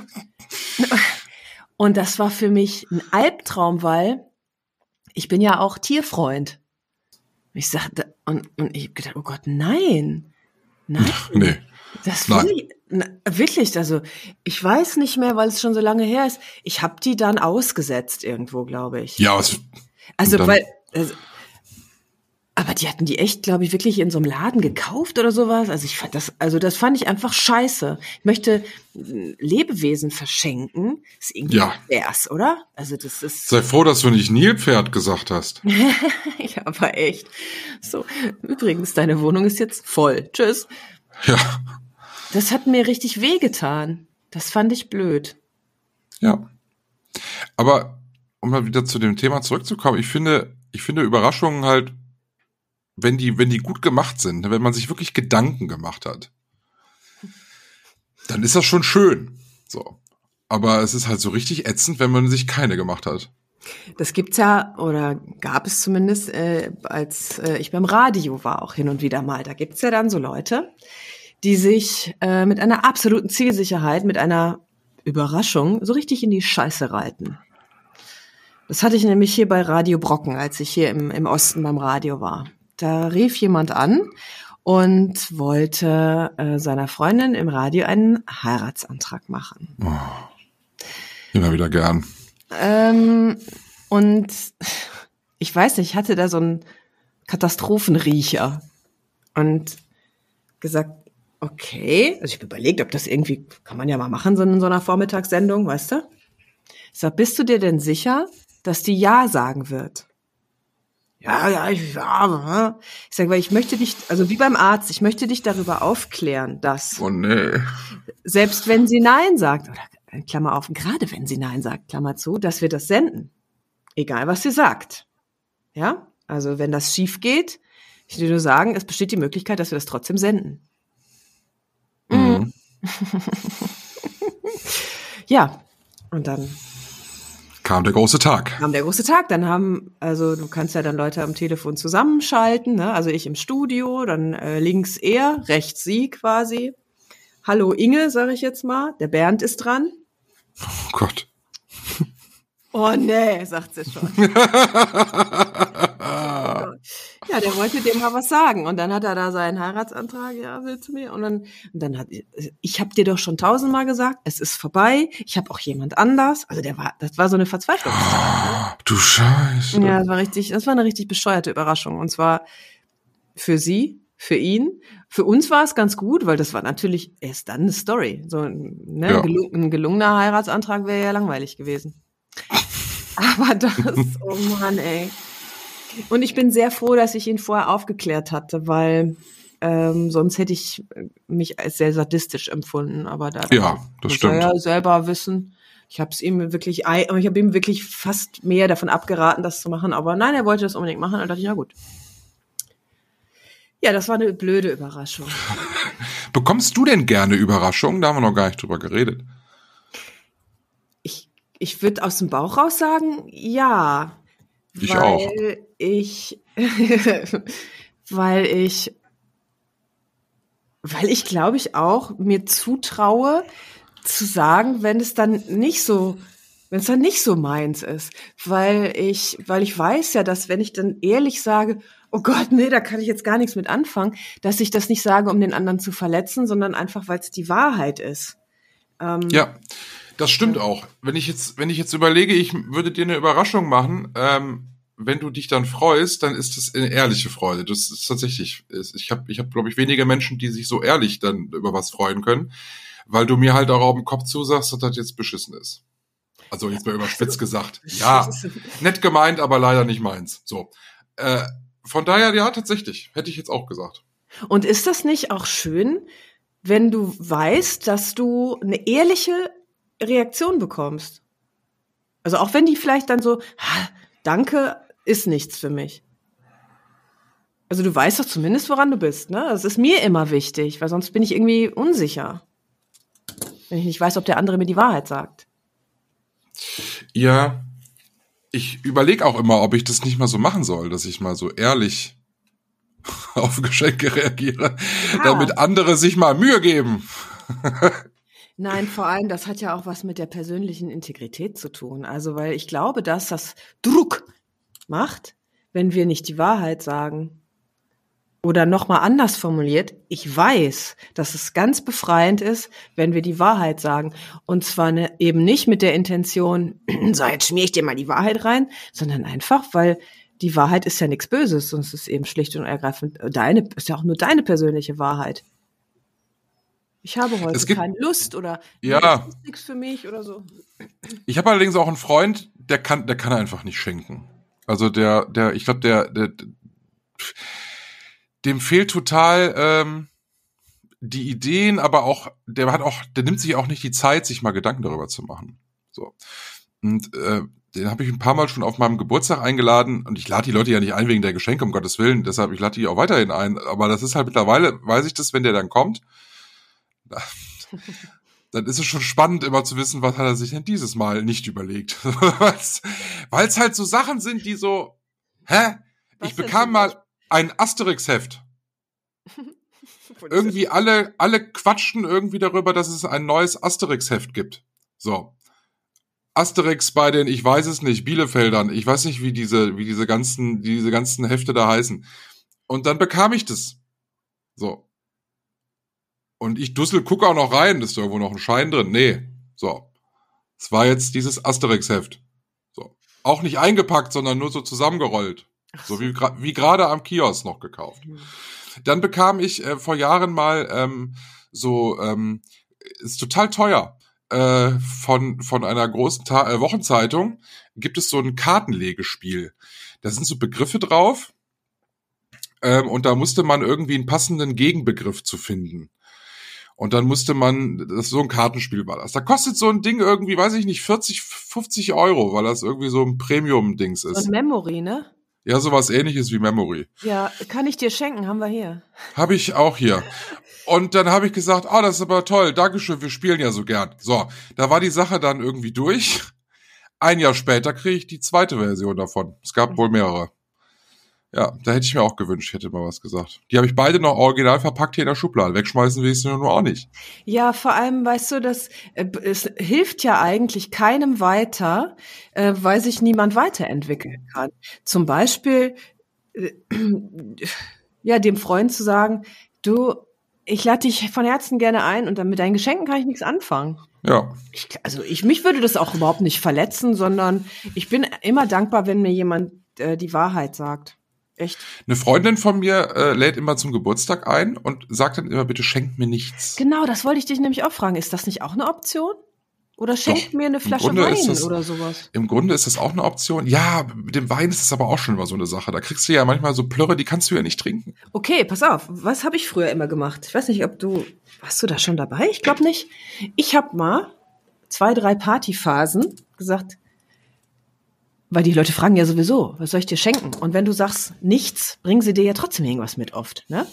Und das war für mich ein Albtraum, weil ich bin ja auch Tierfreund. Ich sagte, und, und ich hab gedacht, oh Gott, nein. Nein. Nee. Das will ich, na, wirklich, also ich weiß nicht mehr, weil es schon so lange her ist. Ich habe die dann ausgesetzt irgendwo, glaube ich. Ja, was? Also, weil, also, aber die hatten die echt, glaube ich, wirklich in so einem Laden gekauft oder sowas. Also ich fand das, also das fand ich einfach scheiße. Ich möchte Lebewesen verschenken. Das ist irgendwie ja. pervers, oder? Also das ist. Sei froh, dass du nicht Nilpferd gesagt hast. Ja, aber echt. So, übrigens, deine Wohnung ist jetzt voll. Tschüss. Ja. Das hat mir richtig wehgetan. Das fand ich blöd. Ja. Aber um mal wieder zu dem Thema zurückzukommen, ich finde, ich finde Überraschungen halt wenn die, wenn die gut gemacht sind, wenn man sich wirklich Gedanken gemacht hat, dann ist das schon schön. So. Aber es ist halt so richtig ätzend, wenn man sich keine gemacht hat. Das gibt's ja, oder gab es zumindest, äh, als äh, ich beim Radio war, auch hin und wieder mal. Da gibt's ja dann so Leute, die sich äh, mit einer absoluten Zielsicherheit, mit einer Überraschung so richtig in die Scheiße reiten. Das hatte ich nämlich hier bei Radio Brocken, als ich hier im, im Osten beim Radio war. Da rief jemand an und wollte äh, seiner Freundin im Radio einen Heiratsantrag machen. Oh, immer wieder gern. Ähm, und ich weiß nicht, ich hatte da so einen Katastrophenriecher und gesagt, okay, also ich habe überlegt, ob das irgendwie, kann man ja mal machen, so in so einer Vormittagssendung, weißt du? Ich sag, bist du dir denn sicher, dass die Ja sagen wird? Ja, ja, ich, ja. Ich sag, weil ich möchte dich, also wie beim Arzt, ich möchte dich darüber aufklären, dass Oh nee. selbst wenn sie Nein sagt, oder Klammer auf, gerade wenn sie Nein sagt, Klammer zu, dass wir das senden. Egal, was sie sagt. Ja? Also, wenn das schief geht, ich will nur sagen, es besteht die Möglichkeit, dass wir das trotzdem senden. Mhm. Ja. Und dann kam der große Tag. kam der große Tag. Dann haben, also, du kannst ja dann Leute am Telefon zusammenschalten, ne? Also ich im Studio, dann äh, links er, rechts sie quasi. Hallo Inge, sage ich jetzt mal. Der Bernd ist dran. Oh Gott. Oh nee, sagt sie schon. Ja, der wollte dir mal was sagen. Und dann hat er da seinen Heiratsantrag, ja, willst du mir? Und dann, und dann hat, ich habe dir doch schon tausendmal gesagt, es ist vorbei. Ich habe auch jemand anders. Also der war, das war so eine Verzweiflung. Oh, du Scheiße. Ja, das war richtig, das war eine richtig bescheuerte Überraschung. Und zwar für sie, für ihn. Für uns war es ganz gut, weil das war natürlich erst dann eine Story. So ne, Ja. ein, gelung, ein gelungener Heiratsantrag wäre ja langweilig gewesen. Aber das, oh Mann, ey. Und ich bin sehr froh, dass ich ihn vorher aufgeklärt hatte, weil ähm, sonst hätte ich mich als sehr sadistisch empfunden. Aber da Ja, das muss stimmt. er ja selber wissen. Ich habe es ihm wirklich, ich habe ihm wirklich fast mehr davon abgeraten, das zu machen. Aber nein, er wollte das unbedingt machen. Und da dachte ich, na gut. Ja, das war eine blöde Überraschung. Bekommst du denn gerne Überraschungen? Da haben wir noch gar nicht drüber geredet. Ich, ich würde aus dem Bauch raus sagen, ja. Ich weil auch. Ich, weil ich, weil ich glaube ich auch mir zutraue zu sagen, wenn es dann nicht so, wenn es dann nicht so meins ist, weil ich, weil ich weiß ja, dass wenn ich dann ehrlich sage, oh Gott, nee, da kann ich jetzt gar nichts mit anfangen, dass ich das nicht sage, um den anderen zu verletzen, sondern einfach, weil es die Wahrheit ist. Ähm, Ja, das stimmt auch. Wenn ich jetzt, wenn ich jetzt überlege, ich würde dir eine Überraschung machen, ähm, wenn du dich dann freust, dann ist das eine ehrliche Freude. Das ist tatsächlich, ich habe, ich habe, glaube ich, wenige Menschen, die sich so ehrlich dann über was freuen können, weil du mir halt auch auf den Kopf zusagst, dass das jetzt beschissen ist. Also jetzt mal überspitzt gesagt. Ja, nett gemeint, aber leider nicht meins. So. Äh, von daher, ja, tatsächlich. Hätte ich jetzt auch gesagt. Und ist das nicht auch schön, wenn du weißt, dass du eine ehrliche Reaktion bekommst? Also auch wenn die vielleicht dann so, "Ha, danke, ist nichts für mich." Also du weißt doch zumindest, woran du bist, ne? Das ist mir immer wichtig, weil sonst bin ich irgendwie unsicher. Wenn ich nicht weiß, ob der andere mir die Wahrheit sagt. Ja, ich überlege auch immer, ob ich das nicht mal so machen soll, dass ich mal so ehrlich auf Geschenke reagiere, Ja. damit andere sich mal Mühe geben. Nein, vor allem, das hat ja auch was mit der persönlichen Integrität zu tun. Also, weil ich glaube, dass das Druck macht, wenn wir nicht die Wahrheit sagen. Oder nochmal anders formuliert, ich weiß, dass es ganz befreiend ist, wenn wir die Wahrheit sagen. Und zwar ne, eben nicht mit der Intention, so jetzt schmier ich dir mal die Wahrheit rein, sondern einfach, weil die Wahrheit ist ja nichts Böses, sondern es ist eben schlicht und ergreifend deine, ist ja auch nur deine persönliche Wahrheit. Ich habe heute Es gibt- keine Lust oder Ja. nee, das ist nichts für mich oder so. Ich habe allerdings auch einen Freund, der kann, der kann einfach nicht schenken. Also der, der, ich glaube, der, der, dem fehlt total ähm, die Ideen, aber auch, der hat auch, der nimmt sich auch nicht die Zeit, sich mal Gedanken darüber zu machen. So. Und äh, den habe ich ein paar Mal schon auf meinem Geburtstag eingeladen und ich lade die Leute ja nicht ein wegen der Geschenke, um Gottes Willen, deshalb, ich lade die auch weiterhin ein, aber das ist halt mittlerweile, weiß ich das, wenn der dann kommt, dann ist es schon spannend, immer zu wissen, was hat er sich denn dieses Mal nicht überlegt. Weil es halt so Sachen sind, die so, hä? Was ich bekam mal ein Asterix-Heft. Irgendwie alle, alle quatschen irgendwie darüber, dass es ein neues Asterix-Heft gibt. So. Asterix bei den, ich weiß es nicht, Bielefeldern. Ich weiß nicht, wie diese, wie diese ganzen, diese ganzen Hefte da heißen. Und dann bekam ich das. So. Und ich dussel, gucke auch noch rein, ist da irgendwo noch ein Schein drin? Nee. So. Es war jetzt dieses Asterix-Heft. So. Auch nicht eingepackt, sondern nur so zusammengerollt. So wie, wie gerade am Kiosk noch gekauft. Dann bekam ich äh, vor Jahren mal ähm, so, ähm, ist total teuer, äh, von von einer großen Ta- äh, Wochenzeitung gibt es so ein Kartenlegespiel. Da sind so Begriffe drauf ähm, und da musste man irgendwie einen passenden Gegenbegriff zu finden. Und dann musste man, das so ein Kartenspiel war das. Da kostet so ein Ding irgendwie, weiß ich nicht, vierzig, fünfzig Euro, weil das irgendwie so ein Premium-Dings ist. So ein Memory, ne? Ja, sowas ähnliches wie Memory. Ja, kann ich dir schenken, haben wir hier. Habe ich auch hier. Und dann habe ich gesagt, ah, das ist aber toll, Dankeschön, wir spielen ja so gern. So, da war die Sache dann irgendwie durch. Ein Jahr später kriege ich die zweite Version davon. Es gab wohl mehrere. Ja, da hätte ich mir auch gewünscht, ich hätte mal was gesagt. Die habe ich beide noch original verpackt hier in der Schublade. Wegschmeißen will ich sie nur auch nicht. Ja, vor allem, weißt du, das äh, es hilft ja eigentlich keinem weiter, äh, weil sich niemand weiterentwickeln kann. Zum Beispiel, äh, ja, dem Freund zu sagen, du, ich lade dich von Herzen gerne ein und dann mit deinen Geschenken kann ich nichts anfangen. Ja. Ich, also ich mich würde das auch überhaupt nicht verletzen, sondern ich bin immer dankbar, wenn mir jemand äh, die Wahrheit sagt. Echt? Eine Freundin von mir äh, lädt immer zum Geburtstag ein und sagt dann immer, bitte schenkt mir nichts. Genau, das wollte ich dich nämlich auch fragen. Ist das nicht auch eine Option? Oder schenkt Doch, mir eine Flasche Wein das, oder sowas? Im Grunde ist das auch eine Option. Ja, mit dem Wein ist das aber auch schon immer so eine Sache. Da kriegst du ja manchmal so Plörre, die kannst du ja nicht trinken. Okay, pass auf. Was habe ich früher immer gemacht? Ich weiß nicht, ob du... Warst du da schon dabei? Ich glaube nicht. Ich habe mal zwei, drei Partyphasen gesagt... Weil die Leute fragen ja sowieso, was soll ich dir schenken? Und wenn du sagst nichts, bringen sie dir ja trotzdem irgendwas mit oft, ne?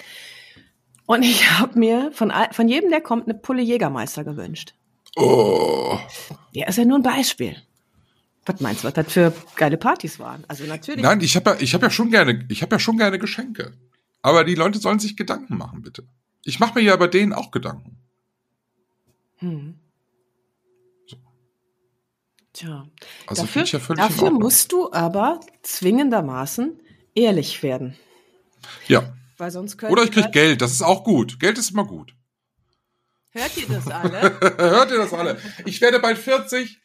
Und ich habe mir von, von jedem, der kommt, eine Pulle Jägermeister gewünscht. Oh. Ja, ist ja nur ein Beispiel. Was meinst du, was das für geile Partys waren? Also natürlich. Nein, ich habe ja, ich habe ja schon gerne, ich habe ja schon gerne Geschenke. Aber die Leute sollen sich Gedanken machen, bitte. Ich mache mir ja bei denen auch Gedanken. Hm. Tja, also dafür, ich ja völlig dafür musst du aber zwingendermaßen ehrlich werden. Ja. Weil sonst können Oder ich krieg Geld, das ist auch gut. Geld ist immer gut. Hört ihr das alle? Hört ihr das alle? Ich werde bald vierzig.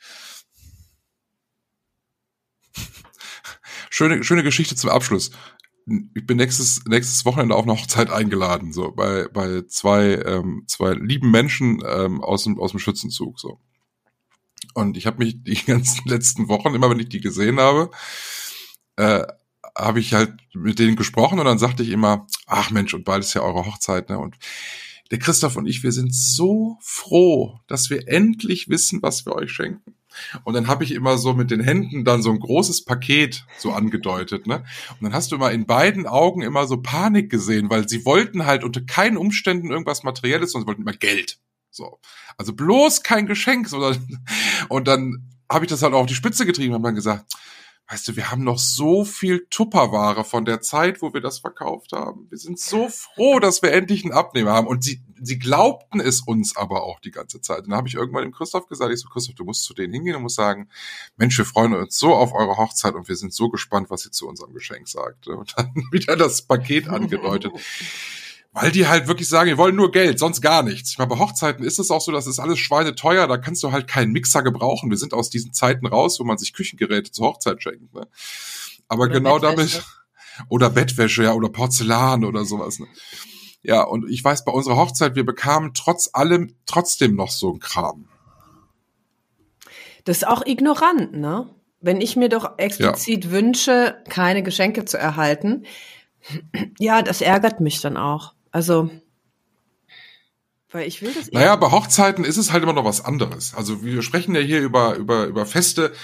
Schöne, schöne Geschichte zum Abschluss. Ich bin nächstes, nächstes Wochenende auf eine Hochzeit eingeladen, so bei, bei zwei, ähm, zwei lieben Menschen ähm, aus dem, aus dem Schützenzug, so. Und ich habe mich die ganzen letzten Wochen, immer wenn ich die gesehen habe, äh, habe ich halt mit denen gesprochen und dann sagte ich immer, ach Mensch, und bald ist ja eure Hochzeit, ne? Und der Christoph und ich, wir sind so froh, dass wir endlich wissen, was wir euch schenken. Und dann habe ich immer so mit den Händen dann so ein großes Paket so angedeutet, ne? Und dann hast du immer in beiden Augen immer so Panik gesehen, weil sie wollten halt unter keinen Umständen irgendwas Materielles, sondern sie wollten immer Geld. So. Also bloß kein Geschenk, sondern, und dann habe ich das halt auch auf die Spitze getrieben und dann gesagt, weißt du, wir haben noch so viel Tupperware von der Zeit, wo wir das verkauft haben. Wir sind so froh, dass wir endlich einen Abnehmer haben. Und sie, sie glaubten es uns aber auch die ganze Zeit. Und dann habe ich irgendwann dem Christoph gesagt, ich so, Christoph, du musst zu denen hingehen und musst sagen, Mensch, wir freuen uns so auf eure Hochzeit und wir sind so gespannt, was ihr zu unserem Geschenk sagt. Und dann wieder das Paket angedeutet. Weil die halt wirklich sagen, wir wollen nur Geld, sonst gar nichts. Ich meine, bei Hochzeiten ist es auch so, das ist alles schweineteuer, da kannst du halt keinen Mixer gebrauchen. Wir sind aus diesen Zeiten raus, wo man sich Küchengeräte zur Hochzeit schenkt. Ne? Aber oder genau Bettwäsche. damit, oder Bettwäsche, ja, oder Porzellan oder sowas. Ne? Ja, und ich weiß, bei unserer Hochzeit, wir bekamen trotz allem trotzdem noch so ein Kram. Das ist auch ignorant, ne? Wenn ich mir doch explizit ja. wünsche, keine Geschenke zu erhalten, ja, das ärgert mich dann auch. Also, weil ich will das. Naja, bei Hochzeiten ist es halt immer noch was anderes. Also wir sprechen ja hier über über über Feste,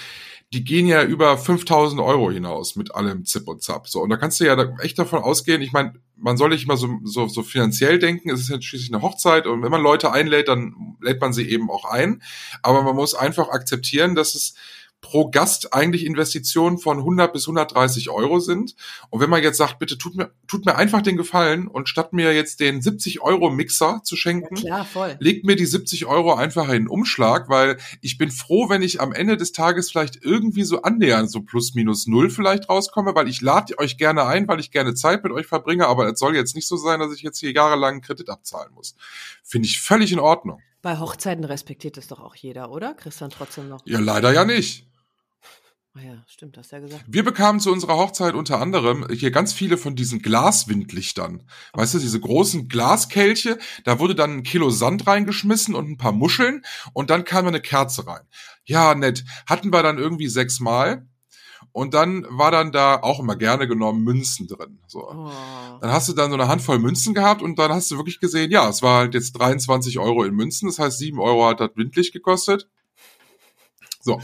die gehen ja über fünftausend Euro hinaus mit allem Zip und Zap. So, und da kannst du ja echt davon ausgehen, ich meine, man soll nicht mal so, so, so finanziell denken, es ist ja schließlich eine Hochzeit und wenn man Leute einlädt, dann lädt man sie eben auch ein. Aber man muss einfach akzeptieren, dass es pro Gast eigentlich Investitionen von hundert bis hundertdreißig Euro sind. Und wenn man jetzt sagt, bitte tut mir, tut mir einfach den Gefallen und statt mir jetzt den siebzig Euro Mixer zu schenken, ja, klar, voll. legt mir die siebzig Euro einfach in den Umschlag, weil ich bin froh, wenn ich am Ende des Tages vielleicht irgendwie so annähernd so plus minus null vielleicht rauskomme, weil ich lade euch gerne ein, weil ich gerne Zeit mit euch verbringe, aber es soll jetzt nicht so sein, dass ich jetzt hier jahrelang einen Kredit abzahlen muss. Finde ich völlig in Ordnung. Bei Hochzeiten respektiert das doch auch jeder, oder? Kriegst dann trotzdem noch? Ja, leider ja nicht. Ah ja, stimmt, hast ja gesagt. Wir bekamen zu unserer Hochzeit unter anderem hier ganz viele von diesen Glaswindlichtern. Weißt du, diese großen Glaskelche, da wurde dann ein Kilo Sand reingeschmissen und ein paar Muscheln und dann kam eine Kerze rein. Ja, nett. Hatten wir dann irgendwie sechsmal und dann war dann da auch immer gerne genommen Münzen drin. So. Oh. Dann hast du dann so eine Handvoll Münzen gehabt und dann hast du wirklich gesehen, ja, es war halt jetzt dreiundzwanzig Euro in Münzen, das heißt sieben Euro hat das Windlicht gekostet. So.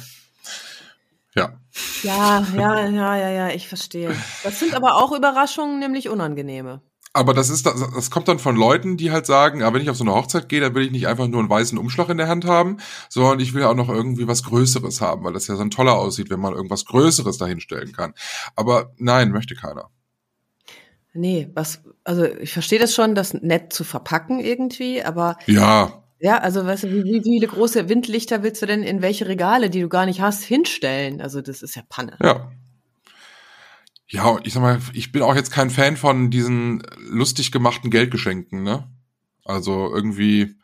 Ja. Ja, ja, ja, ja, ja, ich verstehe. Das sind aber auch Überraschungen, nämlich unangenehme. Aber das ist, das, das kommt dann von Leuten, die halt sagen, ja, wenn ich auf so eine Hochzeit gehe, dann will ich nicht einfach nur einen weißen Umschlag in der Hand haben, sondern ich will auch noch irgendwie was Größeres haben, weil das ja dann toller aussieht, wenn man irgendwas Größeres dahinstellen kann. Aber nein, möchte keiner. Nee, was, also ich verstehe das schon, das nett zu verpacken irgendwie, aber Ja. Ja, also weißt du, wie, wie viele große Windlichter willst du denn in welche Regale, die du gar nicht hast, hinstellen? Also das ist ja Panne. Ja. Ja, ich sag mal, ich bin auch jetzt kein Fan von diesen lustig gemachten Geldgeschenken, ne? Also irgendwie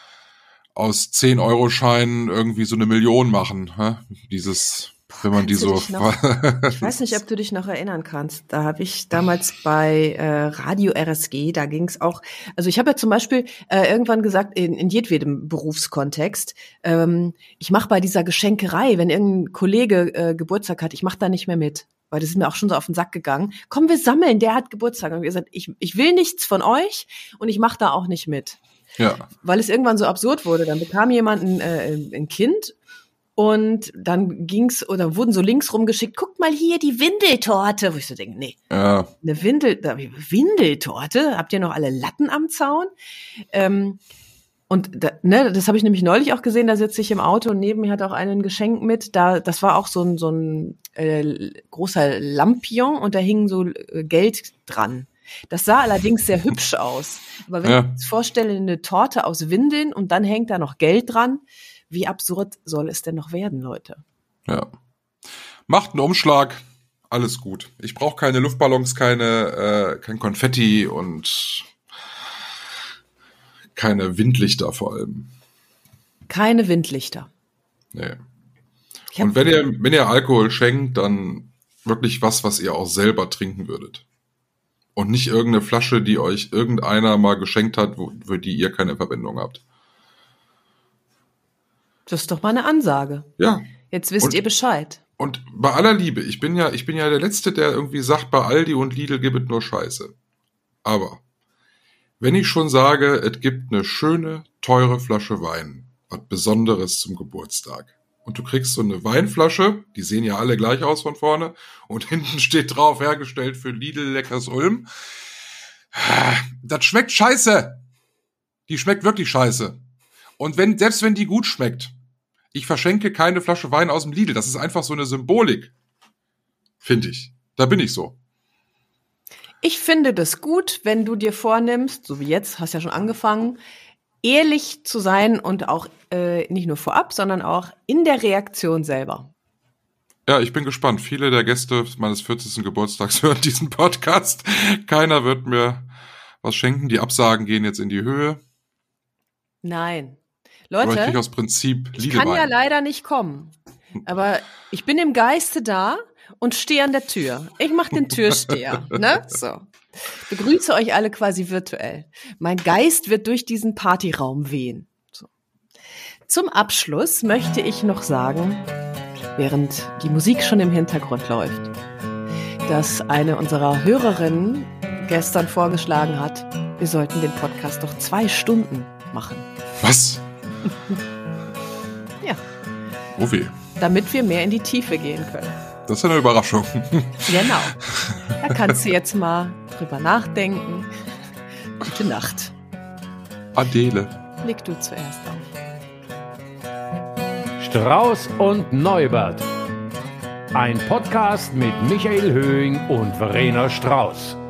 aus zehn Euro Scheinen irgendwie so eine Million machen, ne? Dieses, wenn man die Kannst du so... dich noch- Ich weiß nicht, ob du dich noch erinnern kannst. Da habe ich damals bei äh, Radio R S G, da ging es auch, also ich habe ja zum Beispiel äh, irgendwann gesagt, in, in jedwedem Berufskontext, ähm, ich mache bei dieser Geschenkerei, wenn irgendein Kollege äh, Geburtstag hat, ich mache da nicht mehr mit. Weil das ist mir auch schon so auf den Sack gegangen. Komm, wir sammeln, der hat Geburtstag. Und ich gesagt, ich, ich will nichts von euch und ich mache da auch nicht mit. Ja. Weil es irgendwann so absurd wurde. Dann bekam jemand ein, äh, ein Kind und dann ging's oder wurden so Links rumgeschickt, guckt mal hier die Windeltorte. Wo ich so denke, nee, Ja. eine Windel, da- Windeltorte? Habt ihr noch alle Latten am Zaun? Ähm, und da, ne, das habe ich nämlich neulich auch gesehen, da sitze ich im Auto und neben mir hat auch einer ein Geschenk mit. Da, das war auch so ein, so ein äh, großer Lampion und da hing so äh, Geld dran. Das sah allerdings sehr hübsch aus. Aber wenn Ja. ich mir jetzt vorstelle, eine Torte aus Windeln und dann hängt da noch Geld dran, wie absurd soll es denn noch werden, Leute? Ja. Macht einen Umschlag, alles gut. Ich brauche keine Luftballons, keine, äh, kein Konfetti und keine Windlichter vor allem. Keine Windlichter. Nee. Ich hab- Und wenn ihr, wenn ihr Alkohol schenkt, dann wirklich was, was ihr auch selber trinken würdet. Und nicht irgendeine Flasche, die euch irgendeiner mal geschenkt hat, wo, für die ihr keine Verwendung habt. Das ist doch mal eine Ansage. Ja. Jetzt wisst Und- ihr Bescheid. Und bei aller Liebe, ich bin ja, ich bin ja der Letzte, der irgendwie sagt, bei Aldi und Lidl gibt es nur Scheiße. Aber wenn ich schon sage, es gibt eine schöne, teure Flasche Wein, was Besonderes zum Geburtstag. Und du kriegst so eine Weinflasche, die sehen ja alle gleich aus von vorne, und hinten steht drauf, hergestellt für Lidl Leckers Ulm. Das schmeckt scheiße. Die schmeckt wirklich scheiße. Und wenn, selbst wenn die gut schmeckt, ich verschenke keine Flasche Wein aus dem Lidl. Das ist einfach so eine Symbolik. Finde ich. Da bin ich so. Ich finde das gut, wenn du dir vornimmst, so wie jetzt, hast ja schon angefangen, ehrlich zu sein und auch äh, nicht nur vorab, sondern auch in der Reaktion selber. Ja, ich bin gespannt. Viele der Gäste meines vierzigsten Geburtstags hören diesen Podcast. Keiner wird mir was schenken. Die Absagen gehen jetzt in die Höhe. Nein. Aber ich kriege Leute, aus Prinzip ich kann ja Lidl-Wein. leider nicht kommen. Aber ich bin im Geiste da und stehe an der Tür. Ich mache den Türsteher. Ne? So. Begrüße euch alle quasi virtuell. Mein Geist wird durch diesen Partyraum wehen. So. Zum Abschluss möchte ich noch sagen, während die Musik schon im Hintergrund läuft, dass eine unserer Hörerinnen gestern vorgeschlagen hat, wir sollten den Podcast doch zwei Stunden machen. Was? Ja. Oh weh. damit wir mehr in die Tiefe gehen können. Das ist eine Überraschung. Genau. Da kannst du jetzt mal drüber nachdenken. Gute Nacht. Adele. Leg du zuerst auf. Strauß und Neubert. Ein Podcast mit Michael Höhing und Verena Strauß.